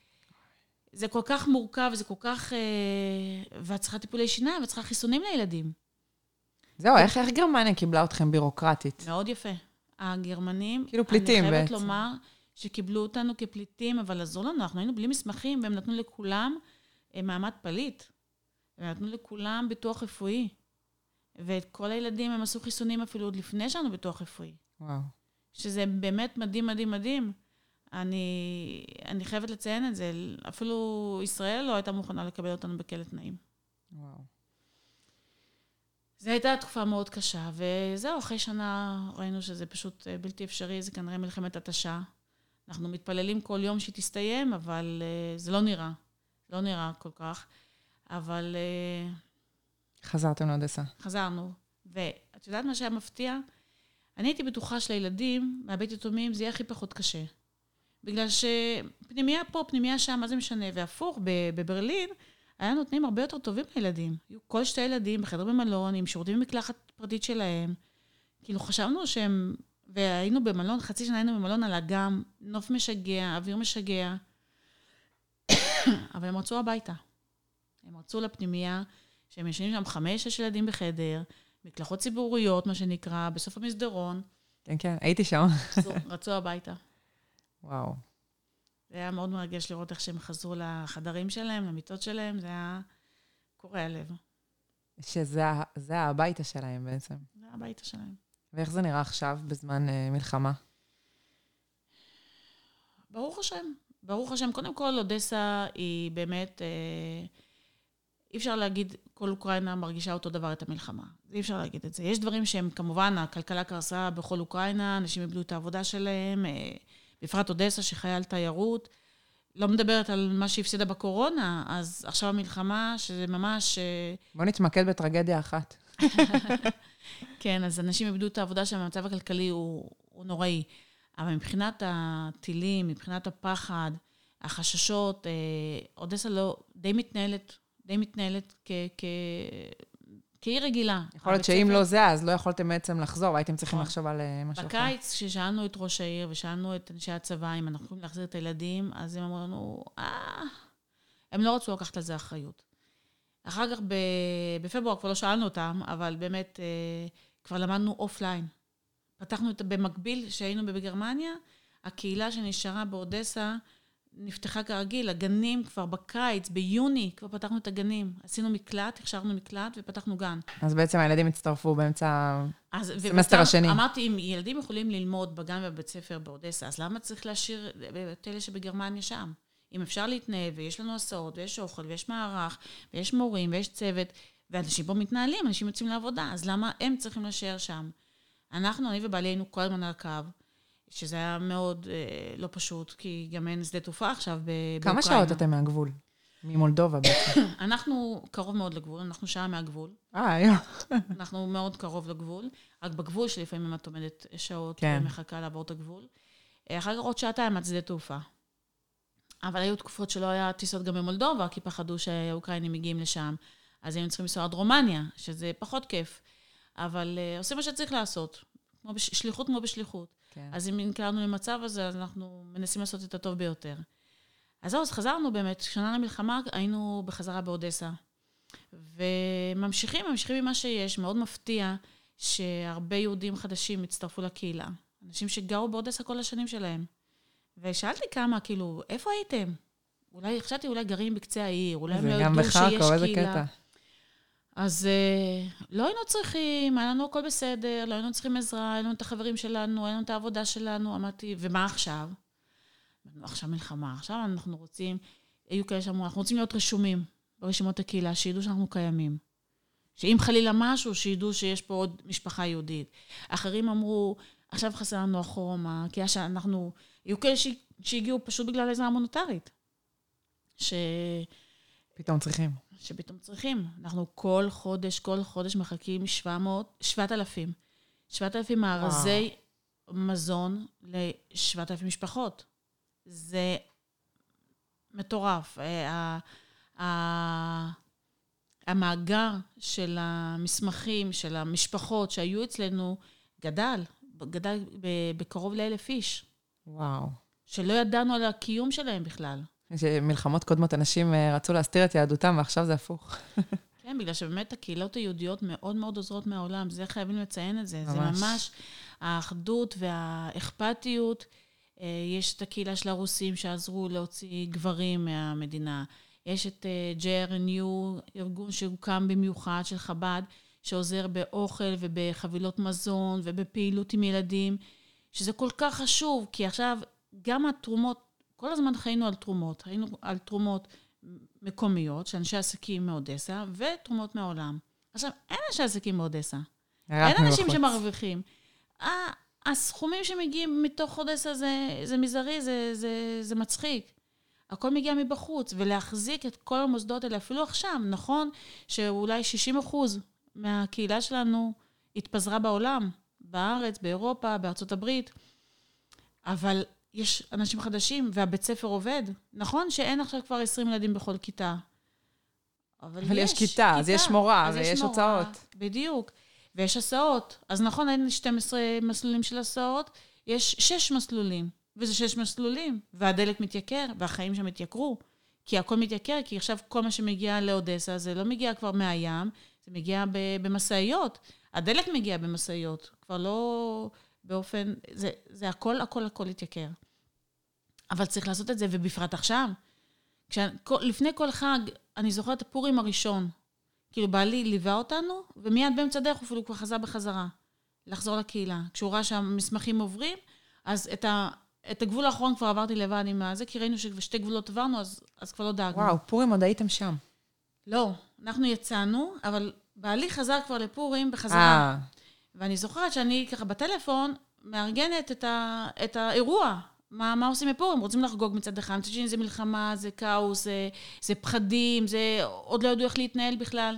וזה כל כך מורכב, וזה כל כך... ואת צריכה טיפולי שיניים, ואת צריכה חיסונים לילדים. זהו, איך, איך גרמניה קיבלה אתכם בירוקרטית? מאוד יפה. הגרמנים, כאילו פליטים אני חייבת בעצם. לומר שקיבלו אותנו כפליטים, אבל עזור לנו, אנחנו היינו בלי מסמכים, והם נתנו לכולם מעמד פליט. הם נתנו לכולם ביטוח רפואי. ואת כל הילדים הם עשו חיסונים אפילו עוד לפני שלנו ביטוח רפואי. וואו. שזה באמת מדהים, מדהים, מדהים. אני, אני חייבת לציין את זה. אפילו ישראל לא הייתה מוכנה לקבל אותנו בכאלה תנאים. וואו. זו הייתה תקופה מאוד קשה, וזהו, אחרי שנה ראינו שזה פשוט בלתי אפשרי, זה כנראה מלחמת התשה. אנחנו מתפללים כל יום שהיא תסתיים, אבל uh, זה לא נראה. לא נראה כל כך. אבל... Uh, חזרתם לאודסה. חזרנו. ואת יודעת מה שהיה מפתיע? אני הייתי בטוחה שלילדים, מהבית יתומים, זה יהיה הכי פחות קשה. בגלל שפנימיה פה, פנימיה שם, מה זה משנה? והפוך, בברלין, היה נותנים הרבה יותר טובים לילדים. היו כל שתי ילדים בחדר במלון, עם שירותים במקלחת פרטית שלהם. כאילו חשבנו שהם, והיינו במלון, חצי שנה היינו במלון על אגם, נוף משגע, אוויר משגע. אבל הם רצו הביתה. הם רצו לפנימיה, שהם ישנים שם חמש, שש ילדים בחדר, מקלחות ציבוריות, מה שנקרא, בסוף המסדרון. כן, כן, הייתי שם. רצו, רצו הביתה. וואו. זה היה מאוד מרגש לראות איך שהם חזרו לחדרים שלהם, למיטות שלהם, זה היה קורע הלב. שזה זה הביתה שלהם בעצם. זה הביתה שלהם. ואיך זה נראה עכשיו, בזמן אה, מלחמה? ברוך השם. ברוך השם. קודם כל, אודסה היא באמת, אה, אי אפשר להגיד, כל אוקראינה מרגישה אותו דבר את המלחמה. אי אפשר להגיד את זה. יש דברים שהם, כמובן, הכלכלה קרסה בכל אוקראינה, אנשים איבדו את העבודה שלהם, אה, בפרט אודסה שחיה על תיירות, לא מדברת על מה שהפסידה בקורונה, אז עכשיו המלחמה, שזה ממש... בוא נתמקד בטרגדיה אחת. כן, אז אנשים איבדו את העבודה שלהם, המצב הכלכלי הוא, הוא נוראי. אבל מבחינת הטילים, מבחינת הפחד, החששות, אודסה לא, די מתנהלת, די מתנהלת כ... כ כעיר רגילה. יכול להיות שאם לא זה, אז לא יכולתם בעצם לחזור, והייתם צריכים לחשוב על משהו אחר. בקיץ, כששאלנו את ראש העיר, ושאלנו את אנשי הצבא, אם אנחנו יכולים להחזיר את הילדים, אז הם אמרו לנו, אה, הם לא רצו לקחת על זה אחריות. אחר כך, בפברואר כבר לא שאלנו אותם, אבל באמת, כבר למדנו אופליין. פתחנו את, במקביל, שהיינו בגרמניה, הקהילה שנשארה באודסה, נפתחה כרגיל, הגנים כבר בקיץ, ביוני, כבר פתחנו את הגנים. עשינו מקלט, הכשרנו מקלט ופתחנו גן. אז בעצם הילדים הצטרפו באמצע הסמסטר השני. אמרתי, אם ילדים יכולים ללמוד בגן ובבית ספר באודסה, אז למה צריך להשאיר את אלה שבגרמניה שם? אם אפשר להתנהל, ויש לנו הסעות, ויש אוכל, ויש מערך, ויש מורים, ויש צוות, ואנשים פה מתנהלים, אנשים יוצאים לעבודה, אז למה הם צריכים להישאר שם? אנחנו, אני ובעלי, היינו כל הזמן על הקו, שזה היה מאוד אה, לא פשוט, כי גם אין שדה תעופה עכשיו באוקראינה. כמה שעות אתם מהגבול? ממולדובה בעצם. אנחנו קרוב מאוד לגבול, אנחנו שעה מהגבול. אה, יו. אנחנו מאוד קרוב לגבול, רק בגבול שלפעמים את עומדת שעות כן. ומחכה לעבור את הגבול. אחר כך עוד שעתיים עד שדה תעופה. אבל היו תקופות שלא היה טיסות גם במולדובה, כי פחדו שהאוקראינים מגיעים לשם. אז היינו צריכים לנסוע עד רומניה, שזה פחות כיף. אבל uh, עושים מה שצריך לעשות, כמו בש... שליחות כמו בשליחות. כן. אז אם נקלענו למצב הזה, אז אנחנו מנסים לעשות את הטוב ביותר. אז זהו, אז חזרנו באמת, שנה למלחמה היינו בחזרה באודסה. וממשיכים, ממשיכים ממה שיש, מאוד מפתיע שהרבה יהודים חדשים הצטרפו לקהילה. אנשים שגרו באודסה כל השנים שלהם. ושאלתי כמה, כאילו, איפה הייתם? אולי, חשבתי, אולי גרים בקצה העיר, אולי הם לא ידעו שיש קהילה. איזה קטע. אז uh, לא היינו צריכים, היה לנו הכל בסדר, לא היינו צריכים עזרה, היה לנו את החברים שלנו, היה לנו את העבודה שלנו, אמרתי, ומה עכשיו? עכשיו מלחמה, עכשיו אנחנו רוצים, היו כאלה שאמרו, אנחנו רוצים להיות רשומים ברשימות הקהילה, שידעו שאנחנו קיימים. שאם חלילה משהו, שידעו שיש פה עוד משפחה יהודית. אחרים אמרו, עכשיו חסר לנו החורמה, כי היה שאנחנו, היו כאלה שהגיעו פשוט בגלל עזרה מוניטרית. ש... פתאום צריכים. שפתאום צריכים. אנחנו כל חודש, כל חודש מחכים שבעת אלפים. שבעת אלפים מארזי מזון ל-שבעת אלפים משפחות. זה מטורף. המאגר של המסמכים, של המשפחות שהיו אצלנו, גדל. גדל בקרוב לאלף איש. וואו. שלא ידענו על הקיום שלהם בכלל. מלחמות קודמות, אנשים רצו להסתיר את יהדותם, ועכשיו זה הפוך. כן, בגלל שבאמת הקהילות היהודיות מאוד מאוד עוזרות מהעולם, זה חייבים לציין את זה. ממש. זה ממש האחדות והאכפתיות. יש את הקהילה של הרוסים שעזרו להוציא גברים מהמדינה. יש את ג'י אר אן יו, ארגון שהוקם במיוחד של חב"ד, שעוזר באוכל ובחבילות מזון ובפעילות עם ילדים, שזה כל כך חשוב, כי עכשיו גם התרומות, כל הזמן חיינו על תרומות, היינו על תרומות מקומיות, שאנשי עסקים מאודסה, ותרומות מהעולם. עכשיו, אין אנשי עסקים מאודסה. אין אנשים בחוץ. שמרוויחים. הסכומים שמגיעים מתוך אודסה זה, זה מזערי, זה, זה, זה מצחיק. הכל מגיע מבחוץ, ולהחזיק את כל המוסדות האלה, אפילו עכשיו, נכון שאולי שישים אחוז מהקהילה שלנו התפזרה בעולם, בארץ, באירופה, בארצות הברית, אבל יש אנשים חדשים, והבית ספר עובד. נכון שאין עכשיו כבר עשרים ילדים בכל כיתה. אבל, אבל יש, יש כיתה, כיתה, אז יש מורה, ויש הוצאות. בדיוק. ויש הסעות. אז נכון, אין שנים עשר מסלולים של הסעות, יש שש מסלולים. וזה שש מסלולים. והדלק מתייקר, והחיים שם מתייקרו. כי הכל מתייקר, כי עכשיו כל מה שמגיע לאודסה, זה לא מגיע כבר מהים, זה מגיע במסעיות. הדלק מגיע במסעיות. כבר לא באופן, זה, זה הכל, הכל, הכל התייקר. אבל צריך לעשות את זה, ובפרט עכשיו. כשאני, לפני כל חג, אני זוכרת את הפורים הראשון. כאילו, בעלי ליווה אותנו, ומיד באמצע דרך, אפילו כבר חזר בחזרה. לחזור לקהילה. כשהוא ראה שהמסמכים עוברים, אז את, ה, את הגבול האחרון כבר עברתי לבד עם הזה, כי ראינו ששתי גבולות עברנו, אז, אז כבר לא דאגנו. וואו, פורים עוד הייתם שם. לא, אנחנו יצאנו, אבל בעלי חזר כבר לפורים בחזרה. ואני זוכרת שאני ככה בטלפון, מארגנת את, ה, את האירוע. מה, מה עושים בפורים? רוצים לחגוג מצד אחד. מצד שני, זה מלחמה, זה כאוס, זה, זה פחדים, זה עוד לא ידעו איך להתנהל בכלל.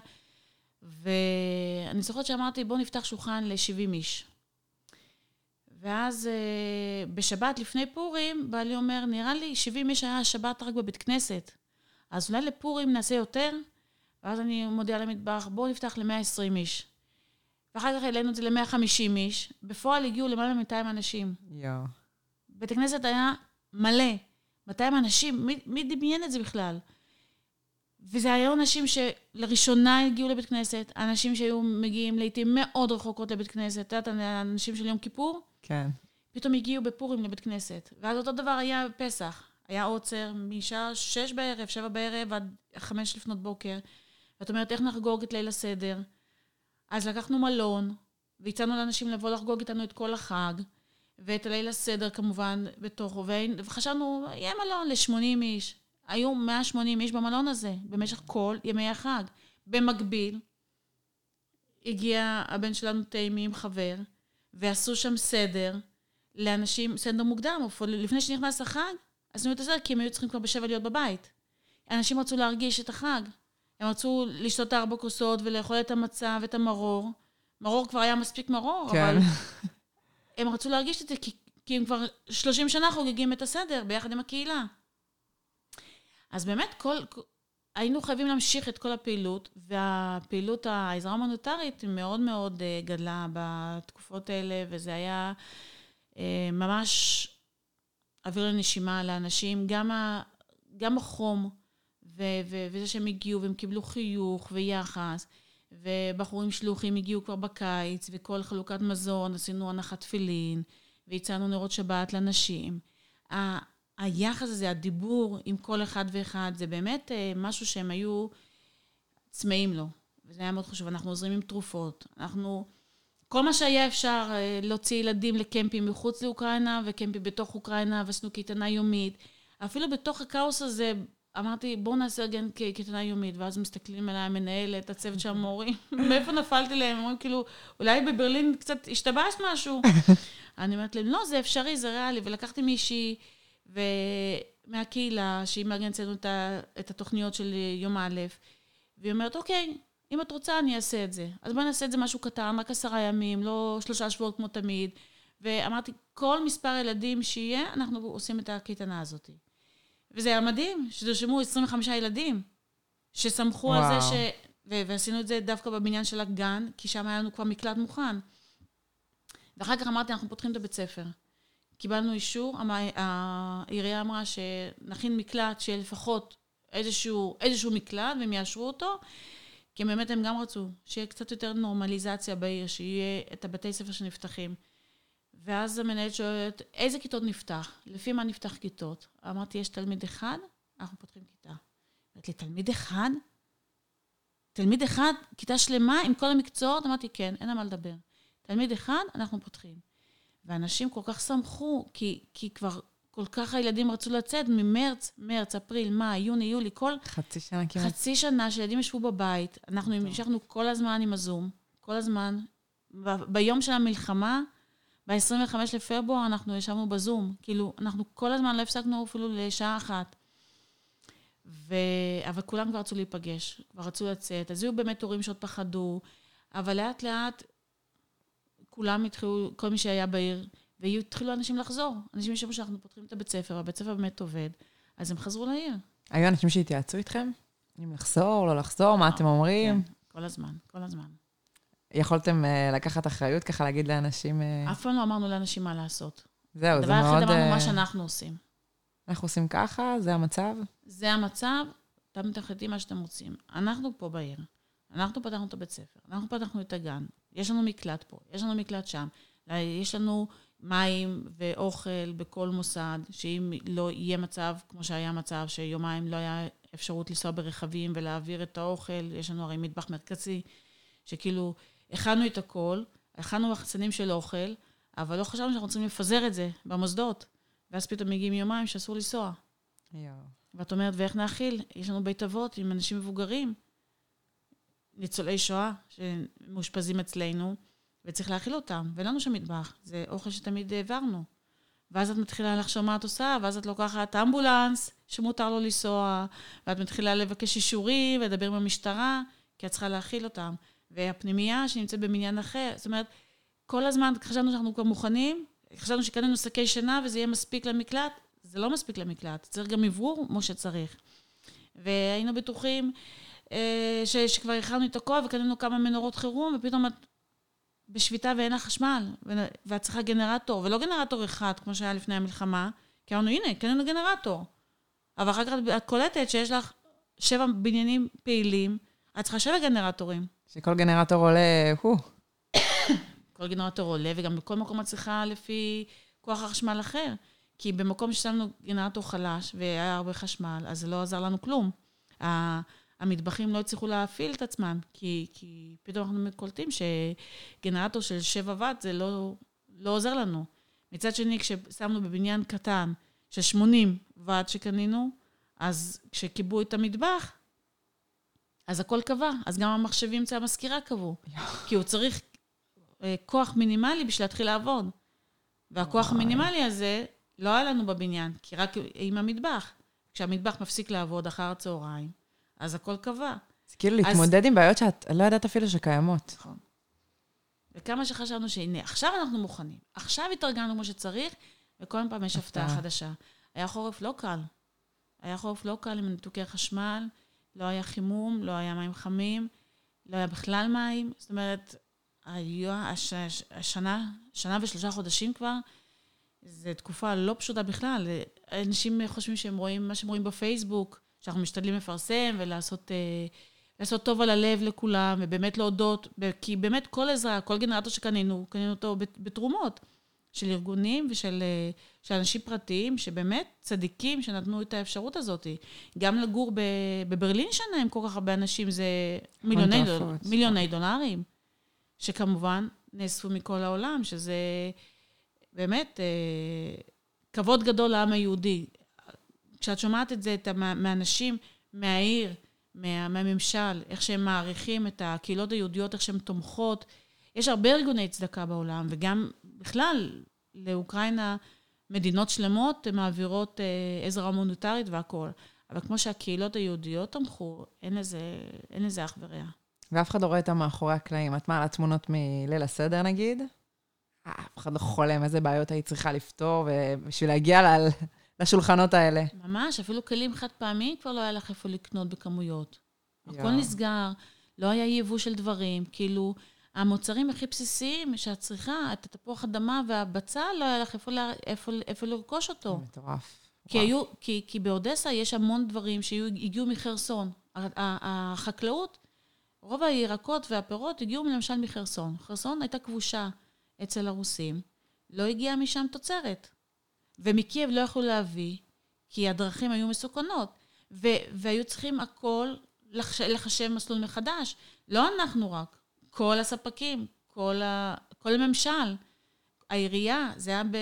ואני זוכרת שאמרתי, בואו נפתח שולחן ל-שבעים איש. ואז בשבת לפני פורים, בעלי אומר, נראה לי שבעים איש היה שבת רק בבית כנסת. אז אולי לפורים נעשה יותר, ואז אני מודיעה למטבח, בואו נפתח ל-מאה ועשרים איש. ואחר כך העלינו את זה ל-מאה וחמישים איש. בפועל הגיעו למעלה מ-מאתיים אנשים. יואו. בית הכנסת היה מלא. מאתיים אנשים, מי, מי דמיין את זה בכלל? וזה היו אנשים שלראשונה הגיעו לבית כנסת, אנשים שהיו מגיעים לעתים מאוד רחוקות לבית כנסת, את יודעת, אנשים של יום כיפור? כן. פתאום הגיעו בפורים לבית כנסת. ואז אותו דבר היה בפסח. היה עוצר משעה שש בערב, שבע בערב, עד חמש לפנות בוקר. ואת אומרת, איך נחגוג את ליל הסדר? אז לקחנו מלון, והצענו לאנשים לבוא לחגוג איתנו את כל החג, ואת ליל הסדר כמובן בתוכו, וחשבנו, יהיה מלון ל-שמונים איש. היו מאה ושמונים איש במלון הזה, במשך כל ימי החג. במקביל, הגיע הבן שלנו תאימי עם חבר, ועשו שם סדר לאנשים, סדר מוקדם, לפני שנכנס החג, עשינו את הסדר, כי הם היו צריכים כבר בשבע להיות בבית. אנשים רצו להרגיש את החג. הם רצו לשתות את ארבע כוסות ולאכול את המצה ואת המרור. מרור כבר היה מספיק מרור, כן. אבל הם רצו להרגיש את זה, כי, כי הם כבר שלושים שנה חוגגים את הסדר ביחד עם הקהילה. אז באמת, כל, היינו חייבים להמשיך את כל הפעילות, והפעילות, העזרה המוניטרית, מאוד מאוד גדלה בתקופות האלה, וזה היה ממש אוויר לנשימה לאנשים, גם, ה, גם החום, ו, ו, וזה שהם הגיעו, והם קיבלו חיוך ויחס, ובחורים שלוחים הגיעו כבר בקיץ, וכל חלוקת מזון, עשינו הנחת תפילין, והצענו נרות שבת לנשים. היחס הזה, הדיבור עם כל אחד ואחד, זה באמת משהו שהם היו צמאים לו. וזה היה מאוד חשוב. אנחנו עוזרים עם תרופות. אנחנו, כל מה שהיה אפשר להוציא ילדים לקמפים מחוץ לאוקראינה, וקמפים בתוך אוקראינה, ועשינו קייטנה יומית. אפילו בתוך הכאוס הזה, אמרתי, בואו נעשה גם קייטנה יומית, ואז מסתכלים עליי, המנהלת, הצוות של המורים, מאיפה נפלתי להם? אומרים כאילו, אולי בברלין קצת השתבשת משהו. אני אומרת להם, לא, זה אפשרי, זה ריאלי, ולקחתי מישהי, ומהקהילה, שהיא מארגנת לנו את התוכניות של יום א', והיא אומרת, אוקיי, אם את רוצה, אני אעשה את זה. אז בואי נעשה את זה משהו קטן, רק עשרה ימים, לא שלושה שבועות כמו תמיד. ואמרתי, כל מספר ילדים שיהיה, אנחנו עושים את הקייטנה הזאת. וזה היה מדהים, שתרשמו עשרים וחמישה ילדים, שסמכו וואו. על זה ש... ו- ועשינו את זה דווקא בבניין של הגן, כי שם היה לנו כבר מקלט מוכן. ואחר כך אמרתי, אנחנו פותחים את הבית ספר. קיבלנו אישור, העירייה אמרה שנכין מקלט שיהיה לפחות איזשהו, איזשהו מקלט, והם יאשרו אותו, כי באמת הם גם רצו שיהיה קצת יותר נורמליזציה בעיר, שיהיה את הבתי ספר שנפתחים. ואז המנהלת שואלת, איזה כיתות נפתח? לפי מה נפתח כיתות? אמרתי, יש תלמיד אחד, אנחנו פותחים כיתה. אמרתי לי, תלמיד אחד? תלמיד אחד, כיתה שלמה עם כל המקצועות? אמרתי, כן, אין מה לדבר. תלמיד אחד, אנחנו פותחים. ואנשים כל כך שמחו, כי, כי כבר כל כך הילדים רצו לצאת ממרץ, מרץ, אפריל, מאי, יוני, יולי, כל... חצי שנה כמעט. חצי שנה שילדים ישבו בבית, אנחנו המשכנו כל הזמן עם הזום, כל הזמן. ב- ביום של המלחמה, ב-עשרים וחמישה לפברואר, אנחנו ישבנו בזום. כאילו, אנחנו כל הזמן לא הפסקנו אפילו לשעה אחת. ו... אבל כולם כבר רצו להיפגש, כבר רצו לצאת. אז היו באמת הורים שעוד פחדו, אבל לאט לאט, כולם התחילו, כל מי שהיה בעיר, והתחילו אנשים לחזור. אנשים ישבו שאנחנו פותחים את הבית ספר, הבית ספר באמת עובד, אז הם חזרו לעיר. היו אנשים שהתייעצו איתכם? אם לחזור, לא לחזור, מה אתם אומרים? כן, כל הזמן, כל הזמן. יכולתם uh, לקחת אחריות, ככה להגיד לאנשים... Uh... אף פעם לא אמרנו לאנשים מה לעשות. זהו, זה מאוד... הדבר הכי אמרנו מה שאנחנו עושים. אנחנו עושים ככה, זה המצב? זה המצב, אתם תחליטים מה שאתם רוצים. אנחנו פה בעיר, אנחנו פתחנו את הבית ספר, אנחנו פתחנו את הגן, יש לנו מקלט פה, יש לנו מקלט שם, יש לנו מים ואוכל בכל מוסד, שאם לא יהיה מצב, כמו שהיה מצב, שיומיים לא היה אפשרות לנסוע ברכבים ולהעביר את האוכל, יש לנו הרי מטבח מרכזי, שכאילו הכנו את הכל, הכנו מחסנים של אוכל, אבל לא חשבנו שאנחנו צריכים לפזר את זה במוסדות, ואז פתאום מגיעים יומיים שאסור לנסוע. יו. ואת אומרת, ואיך נאכיל? יש לנו בית אבות עם אנשים מבוגרים, ניצולי שואה שמאושפזים אצלנו, וצריך להאכיל אותם, ואין לנו שם מטבח, זה אוכל שתמיד העברנו. ואז את מתחילה לחשוב מה את עושה, ואז את לוקחת אמבולנס שמותר לו לנסוע, ואת מתחילה לבקש אישורים, ולדבר עם המשטרה, כי את צריכה להאכיל אותם. והפנימייה שנמצאת במניין אחר, זאת אומרת, כל הזמן חשבנו שאנחנו כבר מוכנים, חשבנו שקנינו שקי שינה, וזה יהיה מספיק למקלט, זה לא מספיק למקלט, צריך גם עברור כמו שצריך. והיינו בטוחים ש, שכבר הכנו את הכל, וקנינו כמה מנורות חירום, ופתאום את בשביתה ואין לה חשמל, ואת צריכה גנרטור, ולא גנרטור אחד, כמו שהיה לפני המלחמה, כי אמרנו, הנה, קנינו גנרטור. אבל אחר כך את קולטת שיש לך שבע בניינים פעילים, את צריכה שבע גנרטורים. שכל גנרטור עולה, הו. כל גנרטור עולה, וגם בכל מקום את צריכה לפי כוח החשמל אחר. כי במקום ששמנו גנרטור חלש, והיה הרבה חשמל, אז זה לא עזר לנו כלום. המטבחים לא הצליחו להפעיל את עצמם, כי, כי פתאום אנחנו מקולטים שגנרטור של שבע וואט זה לא, לא עוזר לנו. מצד שני, כששמנו בבניין קטן של שמונים וואט שקנינו, אז כשקיבו את המטבח, אז הכל קבע. אז גם המחשבים אצל המזכירה קבעו. כי הוא צריך אה, כוח מינימלי בשביל להתחיל לעבוד. והכוח המינימלי הזה לא היה לנו בבניין, כי רק עם המטבח. כשהמטבח מפסיק לעבוד אחר הצהריים, אז הכל קבע. זה כאילו להתמודד עם בעיות שאת לא יודעת אפילו שקיימות. נכון. וכמה שחשבנו שהנה, עכשיו אנחנו מוכנים. עכשיו התארגנו כמו שצריך, וכל פעם יש הפתעה חדשה. היה חורף לא קל. היה חורף לא קל עם ניתוקי חשמל, לא היה חימום, לא היה מים חמים, לא היה בכלל מים. זאת אומרת, היה הש, השנה, שנה ושלושה חודשים כבר, זו תקופה לא פשוטה בכלל. אנשים חושבים שהם רואים מה שהם רואים בפייסבוק, שאנחנו משתדלים לפרסם ולעשות לעשות טוב על הלב לכולם, ובאמת להודות, כי באמת כל עזרה, כל גנרטור שקנינו, קנינו אותו בתרומות של ארגונים ושל של אנשים פרטיים, שבאמת צדיקים שנתנו את האפשרות הזאת. גם לגור בברלין שנה עם כל כך הרבה אנשים, זה מיליוני, דול, מיליוני דולרים, שכמובן נאספו מכל העולם, שזה באמת כבוד גדול לעם היהודי. כשאת שומעת את זה, את מהאנשים מהעיר, מה, מהממשל, איך שהם מעריכים את הקהילות היהודיות, איך שהן תומכות. יש הרבה ארגוני צדקה בעולם, וגם בכלל לאוקראינה מדינות שלמות מעבירות אה, עזרה הומניטרית והכל. אבל כמו שהקהילות היהודיות תמכו, אין לזה, אין לזה אח ורע. ואף אחד לא רואה את מאחורי הקלעים. את מעלה תמונות מליל הסדר נגיד? אף אחד לא חולם איזה בעיות היית צריכה לפתור, ובשביל להגיע ל... לשולחנות האלה. ממש, אפילו כלים חד פעמי כבר לא היה לך איפה לקנות בכמויות. הכל נסגר, לא היה ייבוא של דברים, כאילו, המוצרים הכי בסיסיים שאת צריכה, את התפוח אדמה והבצל, לא היה לך איפה, איפה, איפה לרכוש אותו. מטורף. כי, היו, כי, כי באודסה יש המון דברים שהגיעו מחרסון. החקלאות, רוב הירקות והפירות הגיעו למשל מחרסון. חרסון הייתה כבושה אצל הרוסים, לא הגיעה משם תוצרת. ומקייב לא יכלו להביא, כי הדרכים היו מסוכנות, ו- והיו צריכים הכל לחש- לחשב מסלול מחדש. לא אנחנו רק, כל הספקים, כל, ה- כל הממשל, העירייה, זה היה ב-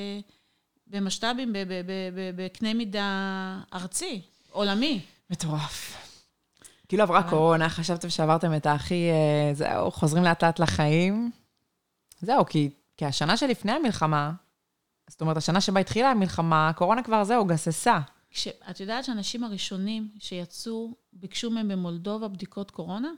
במשטבים, ב- ב- ב- ב- בקנה מידה ארצי, עולמי. מטורף. כאילו עברה קורונה, חשבתם שעברתם את הכי, זהו, חוזרים לאט לאט לחיים. זהו, כי, כי השנה שלפני המלחמה, זאת אומרת, השנה שבה התחילה המלחמה, הקורונה כבר זהו, גססה. את יודעת שאנשים הראשונים שיצאו, ביקשו מהם במולדובה בדיקות קורונה?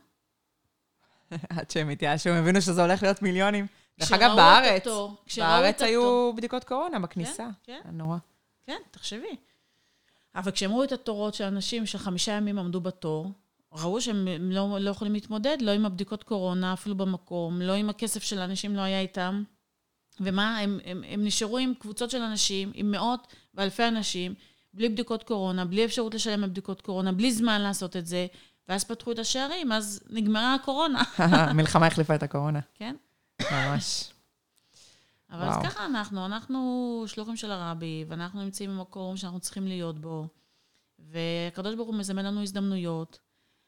עד שהם התייאשו, הם הבינו שזה הולך להיות מיליונים. דרך אגב, בארץ, בארץ היו בדיקות קורונה בכניסה. כן, כן. נורא. כן, תחשבי. אבל כשאמרו את התורות של אנשים שחמישה ימים עמדו בתור, ראו שהם לא, לא יכולים להתמודד, לא עם הבדיקות קורונה, אפילו במקום, לא עם הכסף של האנשים לא היה איתם. ומה? הם, הם, הם נשארו עם קבוצות של אנשים, עם מאות ואלפי אנשים, בלי בדיקות קורונה, בלי אפשרות לשלם בבדיקות קורונה, בלי זמן לעשות את זה, ואז פתחו את השערים, אז נגמרה הקורונה. המלחמה החליפה את הקורונה. כן. ממש. אבל אז ככה אנחנו, אנחנו שלוחים של הרבי, ואנחנו נמצאים במקום שאנחנו צריכים להיות בו, והקדוש ברוך הוא מזמן לנו הזדמנויות,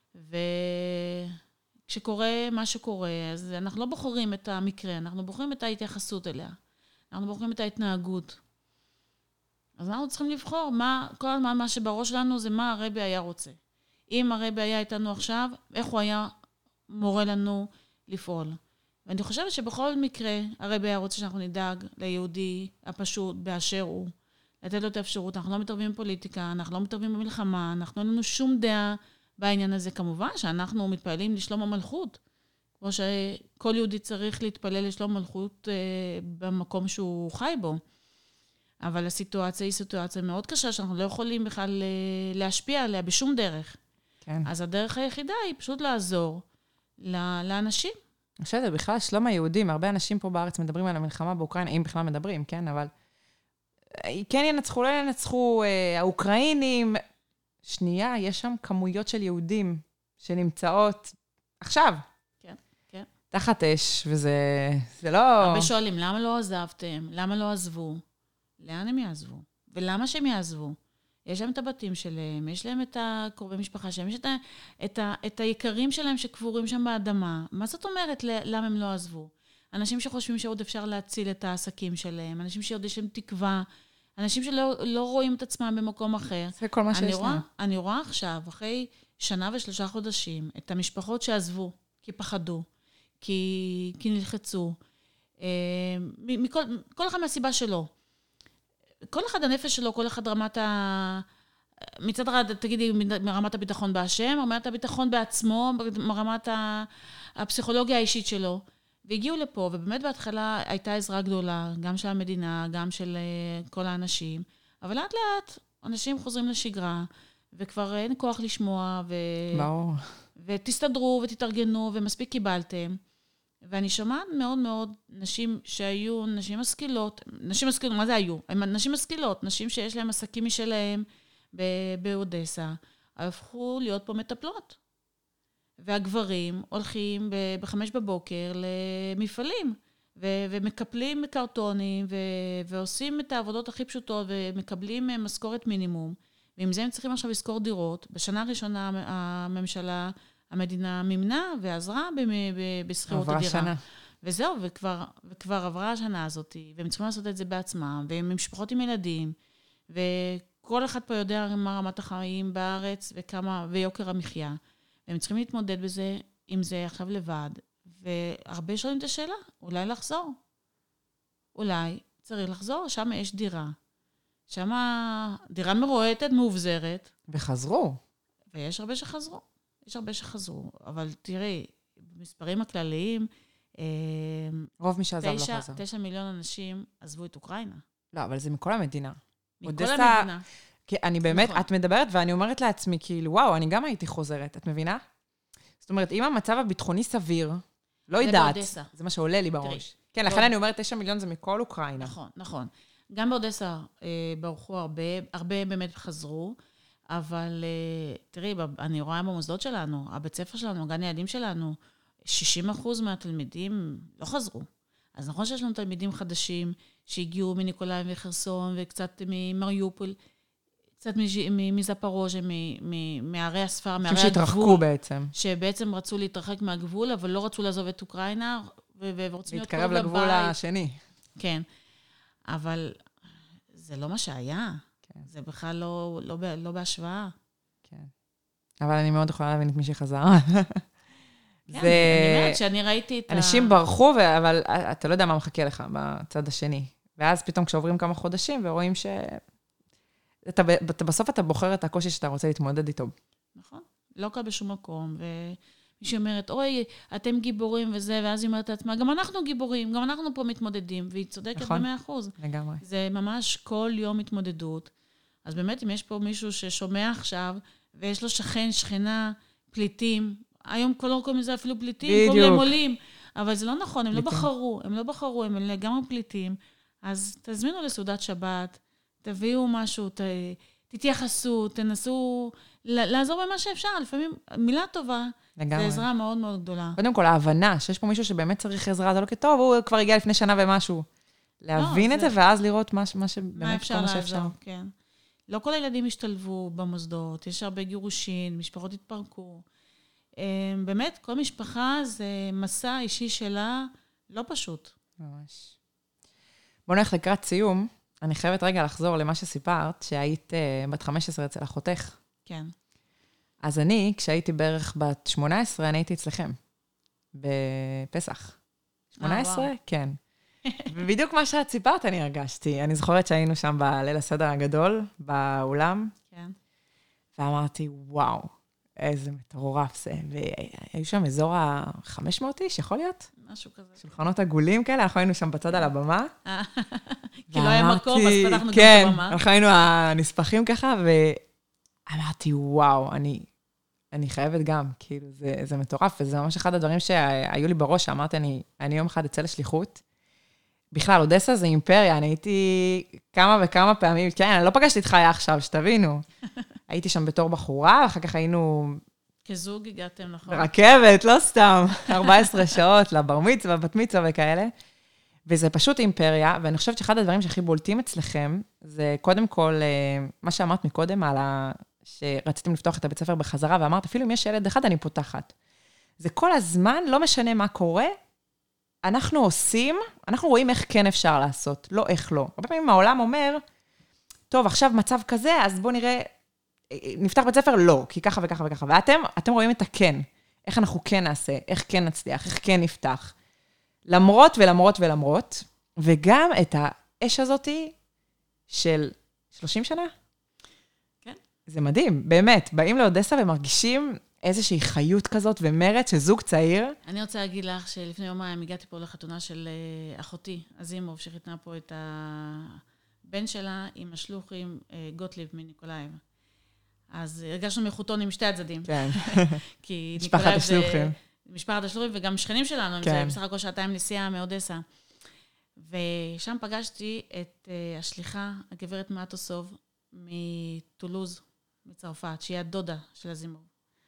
וכשקורה מה שקורה, אז אנחנו לא בוחרים את המקרה, אנחנו בוחרים את ההתייחסות אליה, אנחנו בוחרים את ההתנהגות. אז אנחנו צריכים לבחור מה, כל הזמן מה שבראש שלנו זה מה הרבי היה רוצה. אם הרבי היה איתנו עכשיו, איך הוא היה מורה לנו לפעול. ואני חושבת שבכל מקרה, הרבי היה רוצה שאנחנו נדאג ליהודי הפשוט באשר הוא, לתת לו את האפשרות, אנחנו לא מתערבים בפוליטיקה, אנחנו לא מתערבים במלחמה, אנחנו אין לנו שום דעה בעניין הזה. כמובן שאנחנו מתפעלים לשלום המלכות, כמו שכל יהודי צריך להתפלל לשלום מלכות אה, במקום שהוא חי בו. אבל הסיטואציה היא סיטואציה מאוד קשה, שאנחנו לא יכולים בכלל להשפיע עליה בשום דרך. כן. אז הדרך היחידה היא פשוט לעזור לאנשים. אני חושבת, בכלל שלום היהודים, הרבה אנשים פה בארץ מדברים על המלחמה באוקראינה, אם בכלל מדברים, כן, אבל כן ינצחו, לא ינצחו, האוקראינים, שנייה, יש שם כמויות של יהודים שנמצאות עכשיו. כן, כן. תחת אש, וזה זה לא... הרבה שואלים, למה לא עזבתם? למה לא עזבו? לאן הם יעזבו? ולמה שהם יעזבו? יש להם את הבתים שלהם, יש להם את הקרובי משפחה שלהם, יש את, ה, את, ה, את היקרים שלהם שקבורים שם באדמה. מה זאת אומרת למה הם לא עזבו? אנשים שחושבים שעוד אפשר להציל את העסקים שלהם, אנשים שעוד יש להם תקווה, אנשים שלא לא רואים את עצמם במקום אחר. זה כל מה שיש להם. אני רואה עכשיו, אחרי שנה ושלושה חודשים, את המשפחות שעזבו, כי פחדו, כי, כי נלחצו, מכל, כל אחד מהסיבה שלו. כל אחד הנפש שלו, כל אחד רמת ה... מצד אחד, תגידי, מרמת הביטחון בהשם, רמת הביטחון בעצמו, מרמת הפסיכולוגיה האישית שלו. והגיעו לפה, ובאמת בהתחלה הייתה עזרה גדולה, גם של המדינה, גם של כל האנשים. אבל לאט לאט, אנשים חוזרים לשגרה, וכבר אין כוח לשמוע, ו... ברור. ותסתדרו ותתארגנו, ומספיק קיבלתם. ואני שומעת מאוד מאוד נשים שהיו נשים משכילות, נשים משכילות, מה זה היו? הן נשים משכילות, נשים שיש להן עסקים משלהם באודסה, הפכו להיות פה מטפלות. והגברים הולכים בחמש בבוקר למפעלים, ו- ומקפלים קרטונים, ו- ועושים את העבודות הכי פשוטות, ומקבלים משכורת מינימום, ועם זה הם צריכים עכשיו לזכור דירות. בשנה הראשונה הממשלה, המדינה מימנה ועזרה בשכירות הדירה. עברה שנה. וזהו, וכבר, וכבר עברה השנה הזאת, והם צריכים לעשות את זה בעצמם, והם משפחות עם ילדים, וכל אחד פה יודע מה רמת החיים בארץ, וכמה, ויוקר המחיה. והם צריכים להתמודד בזה, עם זה עכשיו לבד, והרבה שואלים את השאלה, אולי לחזור. אולי צריך לחזור, שם יש דירה. שם דירה מרועטת, מאובזרת. וחזרו. ויש הרבה שחזרו. יש הרבה שחזרו. אבל תראי, במספרים הכלליים, רוב מי שעזב לא חזר. תשע מיליון אנשים עזבו את אוקראינה. לא, אבל זה מכל המדינה. מכל אודסה, המדינה. כי אני באמת, נכון. את מדברת ואני אומרת לעצמי, כאילו, וואו, אני גם הייתי חוזרת, את מבינה? זאת אומרת, אם המצב הביטחוני סביר, לא יודעת, באודסה. זה מה שעולה לי בראש. תראי, כן, לכן אני אומרת, תשע מיליון זה מכל אוקראינה. נכון, נכון. גם באודסה אה, ברחו הרבה, הרבה באמת חזרו, אבל אה, תראי, אני רואה במוסדות שלנו, הבית ספר שלנו, גן הילדים שלנו, שישים אחוז מהתלמידים לא חזרו. אז נכון שיש לנו תלמידים חדשים, שהגיעו מניקולאי וחרסון, וקצת ממריופול, קצת מזפרוז'ה, מערי הספר, מערי הגבול. שהתרחקו בעצם. שבעצם רצו להתרחק מהגבול, אבל לא רצו לעזוב את אוקראינה, ורוצים להיות להתקרב לגבול השני. כן. אבל זה לא מה שהיה. זה בכלל לא בהשוואה. כן. אבל אני מאוד יכולה להבין את מי שחזר. כן, אני אומרת שאני ראיתי את ה... אנשים ברחו, אבל אתה לא יודע מה מחכה לך בצד השני. ואז פתאום כשעוברים כמה חודשים ורואים ש... אתה, בסוף אתה בוחר את הקושי שאתה רוצה להתמודד איתו. נכון. לא קל בשום מקום, ומישהי אומרת, אוי, אתם גיבורים וזה, ואז היא אומרת לעצמה, גם אנחנו גיבורים, גם אנחנו פה מתמודדים, והיא צודקת נכון, במאה אחוז. לגמרי. זה ממש כל יום התמודדות. אז באמת, אם יש פה מישהו ששומע עכשיו, ויש לו שכן, שכנה, פליטים, היום כל אורכו מזה אפילו פליטים, כל מיני עולים, אבל זה לא נכון, הם פליטים. לא בחרו, הם לא בחרו, הם לגמרי פליטים. אז תזמינו לסעודת שבת, תביאו משהו, ת, תתייחסו, תנסו לעזור במה שאפשר. לפעמים מילה טובה, לגמרי. זה עזרה מאוד מאוד גדולה. קודם כל, ההבנה שיש פה מישהו שבאמת צריך עזרה, זה לא כטוב, הוא כבר הגיע לפני שנה ומשהו. להבין לא, את זה, זה ואז לראות מה, מה שבאמת מה אפשר כל מה שאפשר. לעזור, כן. לא כל הילדים השתלבו במוסדות, יש הרבה גירושין, משפחות התפרקו. באמת, כל משפחה זה מסע אישי שלה לא פשוט. ממש. בוא נלך לקראת סיום. אני חייבת רגע לחזור למה שסיפרת, שהיית uh, בת חמש עשרה אצל אחותך. כן. אז אני, כשהייתי בערך בת שמונה עשרה, אני הייתי אצלכם. בפסח. שמונה עשרה? אה, כן. ובדיוק מה שאת סיפרת אני הרגשתי. אני זוכרת שהיינו שם בליל הסדר הגדול, באולם. כן. ואמרתי, וואו, איזה מטורף זה. והיו שם אזור ה-חמש מאות איש, יכול להיות? משהו כזה. שולחנות עגולים כאלה, אנחנו היינו שם בצד על הבמה. כי לא היה מקום, אז פתחנו גם את הבמה. כן, אנחנו היינו הנספחים ככה, ואמרתי, וואו, אני, אני חייבת גם, כאילו, זה, זה מטורף, וזה ממש אחד הדברים שהיו לי בראש, שאמרתי, אני, אני יום אחד אצא לשליחות. בכלל, אודסה זה אימפריה, אני הייתי כמה וכמה פעמים, כן, אני לא פגשתי את חיה עכשיו, שתבינו. הייתי שם בתור בחורה, ואחר כך היינו... כזוג הגעתם, נכון? ברכבת, לא סתם, ארבע עשרה שעות לבר מצווה, בת מצווה וכאלה. וזה פשוט אימפריה, ואני חושבת שאחד הדברים שהכי בולטים אצלכם, זה קודם כל, מה שאמרת מקודם, על ה... שרציתם לפתוח את הבית ספר בחזרה, ואמרת, אפילו אם יש ילד אחד, אני פותחת. זה כל הזמן, לא משנה מה קורה, אנחנו עושים, אנחנו רואים איך כן אפשר לעשות, לא איך לא. הרבה פעמים העולם אומר, טוב, עכשיו מצב כזה, אז בואו נראה, נפתח בית ספר? לא, כי ככה וככה וככה. ואתם, אתם רואים את הכן, איך אנחנו כן נעשה, איך כן נצליח, איך כן נפתח. למרות ולמרות ולמרות, וגם את האש הזאת של שלושים שנה. כן. זה מדהים, באמת. באים לאודסה ומרגישים איזושהי חיות כזאת ומרץ שזוג צעיר. אני רוצה להגיד לך שלפני יומיים הגעתי פה לחתונה של אחותי, אזימוב, שחיתנה פה את הבן שלה עם השלוחים גוטליב מניקולאייב. אז הרגשנו מחותון עם שתי הצדדים. כן. כי משפחת השלוחים. משפחת השלוחים, וגם שכנים שלנו, כן. זה בסך הכל שעתיים נסיעה מאודסה. ושם פגשתי את uh, השליחה, הגברת מאטוסוב, מטולוז, מצרפת, שהיא הדודה של הזימור.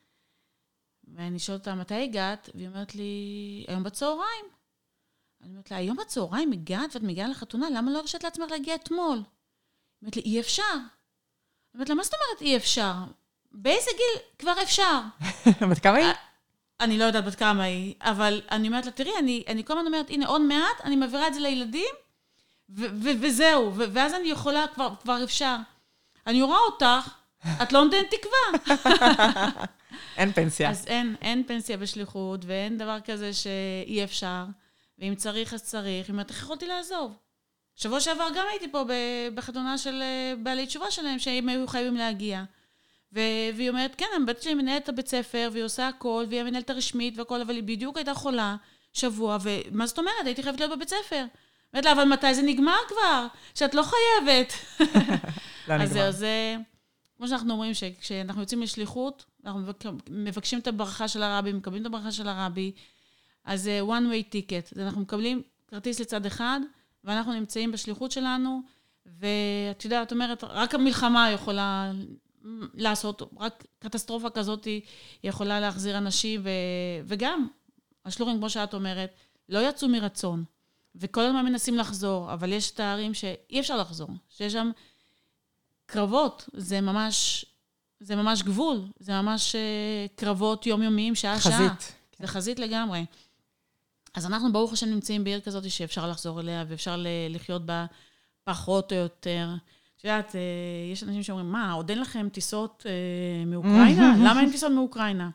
ואני שואלת אותה, מתי הגעת? והיא אומרת לי, היום בצהריים. אני אומרת לה, היום בצהריים הגעת ואת מגיעה לחתונה, למה לא הרשת לעצמך להגיע אתמול? היא אומרת לי, אי אפשר. אני אומרת לה, מה זאת אומרת אי אפשר? באיזה גיל כבר אפשר? בת כמה היא? אני לא יודעת בת כמה היא, אבל אני אומרת לה, תראי, אני, אני כל הזמן אומרת, הנה, עוד מעט, אני מעבירה את זה לילדים, ו- ו- וזהו, ו- ואז אני יכולה, כבר, כבר אפשר. אני רואה אותך, את לא נותנת תקווה. אין פנסיה. אז אין, אין פנסיה בשליחות, ואין דבר כזה שאי אפשר, ואם צריך, אז צריך, אם את יכולתי לעזוב. שבוע שעבר גם הייתי פה בחתונה של בעלי תשובה שלהם, שהם היו חייבים להגיע. והיא אומרת, כן, הבת שלי מנהלת את הבית ספר, והיא עושה הכל, והיא המנהלת הרשמית והכל, אבל היא בדיוק הייתה חולה שבוע, ומה זאת אומרת? הייתי חייבת להיות בבית ספר. אומרת לה, אבל מתי זה נגמר כבר? שאת לא חייבת. לא נגמר. אז זה, זה, כמו שאנחנו אומרים, שכשאנחנו יוצאים לשליחות, אנחנו מבקשים את הברכה של הרבי, מקבלים את הברכה של הרבי, אז זה one way ticket. אנחנו מקבלים כרטיס לצד אחד, ואנחנו נמצאים בשליחות שלנו, ואת יודעת, את אומרת, רק המלחמה יכולה לעשות, רק קטסטרופה כזאת יכולה להחזיר אנשים, ו, וגם, השלוחים, כמו שאת אומרת, לא יצאו מרצון, וכל הזמן מנסים לחזור, אבל יש תארים שאי אפשר לחזור, שיש שם קרבות, זה ממש, זה ממש גבול, זה ממש קרבות יומיומיים, שעה-שעה. חזית. זה חזית לגמרי. אז אנחנו ברוך השם נמצאים בעיר כזאת שאפשר לחזור אליה, ואפשר לחיות בה פחות או יותר. את יודעת, יש אנשים שאומרים, מה, עוד אין לכם טיסות מאוקראינה? למה אין טיסות מאוקראינה?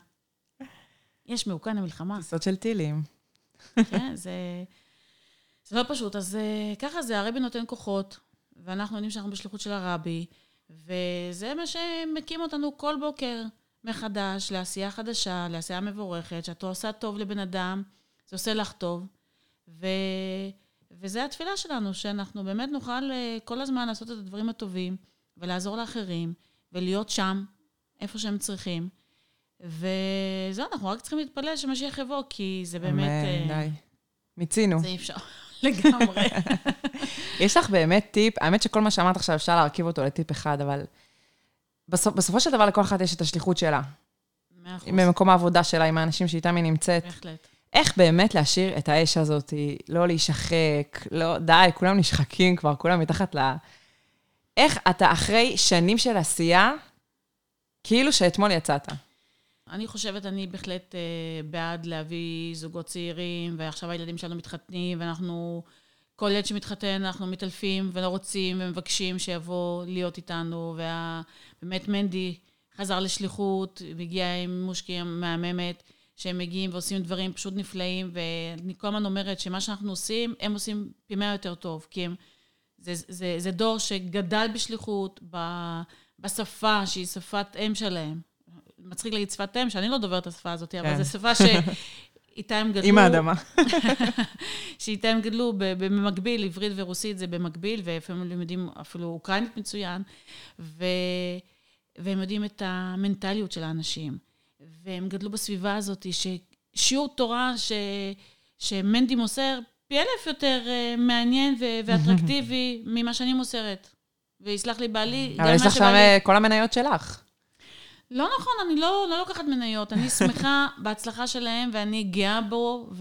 יש מאוקראינה מלחמה. טיסות של טילים. כן, זה, זה לא פשוט. אז ככה זה, הרבי נותן כוחות, ואנחנו יודעים שאנחנו בשליחות של הרבי, וזה מה שמקים אותנו כל בוקר מחדש, לעשייה חדשה, לעשייה מבורכת, שאתה עושה טוב לבן אדם, זה עושה לך טוב, ו... וזה התפילה שלנו, שאנחנו באמת נוכל כל הזמן לעשות את הדברים הטובים, ולעזור לאחרים, ולהיות שם, איפה שהם צריכים. וזהו, אנחנו רק צריכים להתפלל שמשיח יבוא, כי זה באמת... אמן, די. מיצינו. זה אי אפשר, לגמרי. יש לך באמת טיפ, האמת שכל מה שאמרת עכשיו אפשר להרכיב אותו לטיפ אחד, אבל בסופ, בסופו של דבר לכל אחת יש את השליחות שלה. מאה אחוז. במקום העבודה שלה, עם האנשים שאיתם היא נמצאת. בהחלט. איך באמת להשאיר את האש הזאת, לא להישחק, לא, די, כולם נשחקים כבר, כולם מתחת ל... איך אתה אחרי שנים של עשייה, כאילו שאתמול יצאת? אני חושבת, אני בהחלט אה, בעד להביא זוגות צעירים, ועכשיו הילדים שלנו מתחתנים, ואנחנו, כל ילד שמתחתן, אנחנו מתעלפים ולא רוצים ומבקשים שיבוא להיות איתנו, ובאמת מנדי חזר לשליחות, מגיע עם מושקי מהממת, שהם מגיעים ועושים דברים פשוט נפלאים, ואני כל הזמן אומרת שמה שאנחנו עושים, הם עושים פי מאה יותר טוב, כי הם, זה, זה, זה דור שגדל בשליחות, בשפה שהיא שפת אם שלהם. מצחיק להגיד שפת אם, שאני לא דוברת את השפה הזאת, אבל זו שפה שאיתה הם גדלו. עם האדמה. שאיתה הם גדלו במקביל, עברית ורוסית זה במקביל, ואפילו לימודים אפילו אוקראינית מצוין, ו, והם יודעים את המנטליות של האנשים. והם גדלו בסביבה הזאת, ששיעור תורה ש, שמנדי מוסר, פי אלף יותר מעניין ואטרקטיבי ממה שאני מוסרת. ויסלח לי בעלי. אבל יש לך שם כל המניות שלך. לא נכון, אני לא, לא לוקחת מניות. אני שמחה בהצלחה שלהם, ואני גאה בו,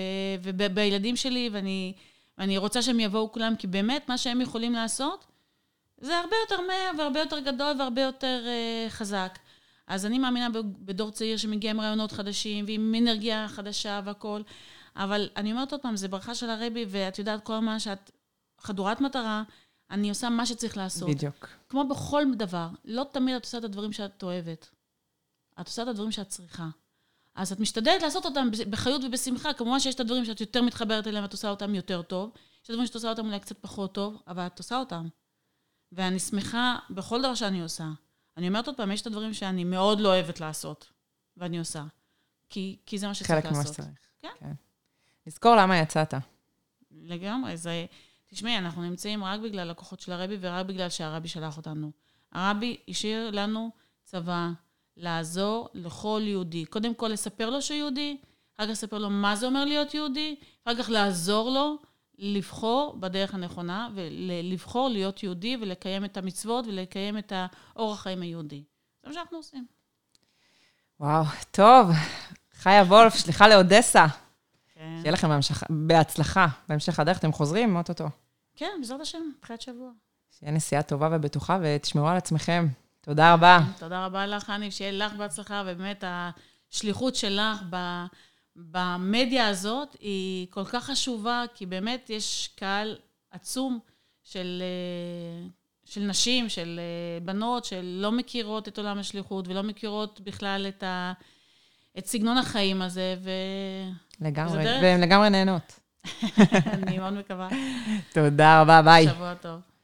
ובילדים שלי, ואני, ואני רוצה שהם יבואו כולם, כי באמת מה שהם יכולים לעשות, זה הרבה יותר מהר, והרבה יותר גדול, והרבה יותר uh, חזק. אז אני מאמינה בדור צעיר שמגיע עם רעיונות חדשים, ועם אנרגיה חדשה והכל. אבל אני אומרת עוד פעם, זה ברכה של הרבי, ואת יודעת כל מה שאת חדורת מטרה, אני עושה מה שצריך לעשות. בדיוק. כמו בכל דבר, לא תמיד את עושה את הדברים שאת אוהבת. את עושה את הדברים שאת צריכה. אז את משתדלת לעשות אותם בחיות ובשמחה, כמובן שיש את הדברים שאת יותר מתחברת אליהם, את עושה אותם יותר טוב. יש את הדברים שאת עושה אותם אולי קצת פחות טוב, אבל את עושה אותם. ואני שמחה בכל דבר שאני עושה. אני אומרת עוד פעם, יש את הדברים שאני מאוד לא אוהבת לעשות, ואני עושה. כי, כי זה מה שצריך לעשות. חלק ממה שצריך. כן. כן. נזכור למה יצאת. לגמרי, זה... תשמעי, אנחנו נמצאים רק בגלל לקוחות של הרבי, ורק בגלל שהרבי שלח אותנו. הרבי השאיר לנו צ... צבא, לעזור לכל יהודי. קודם כל לספר לו שהוא יהודי, אחר כך לספר לו מה זה אומר להיות יהודי, אחר כך לעזור לו לבחור בדרך הנכונה, ולבחור להיות יהודי ולקיים את המצוות ולקיים את האורח חיים היהודי. זה מה שאנחנו עושים. וואו, טוב. חיה וולף, שליחה לאודסה. כן. שיהיה לכם בהמשך, בהצלחה. בהמשך הדרך אתם חוזרים, אוטוטו. כן, בעזרת השם, תחילת שבוע. שיהיה נסיעה טובה ובטוחה, ותשמרו על עצמכם. תודה רבה. תודה רבה לך, חני, שיהיה לך בהצלחה, ובאמת השליחות שלך ב, במדיה הזאת היא כל כך חשובה, כי באמת יש קהל עצום של, של נשים, של בנות, שלא מכירות את עולם השליחות, ולא מכירות בכלל את, ה, את סגנון החיים הזה, ו... לגמרי, והן לגמרי נהנות. אני מאוד מקווה. תודה רבה, ביי. שבוע טוב.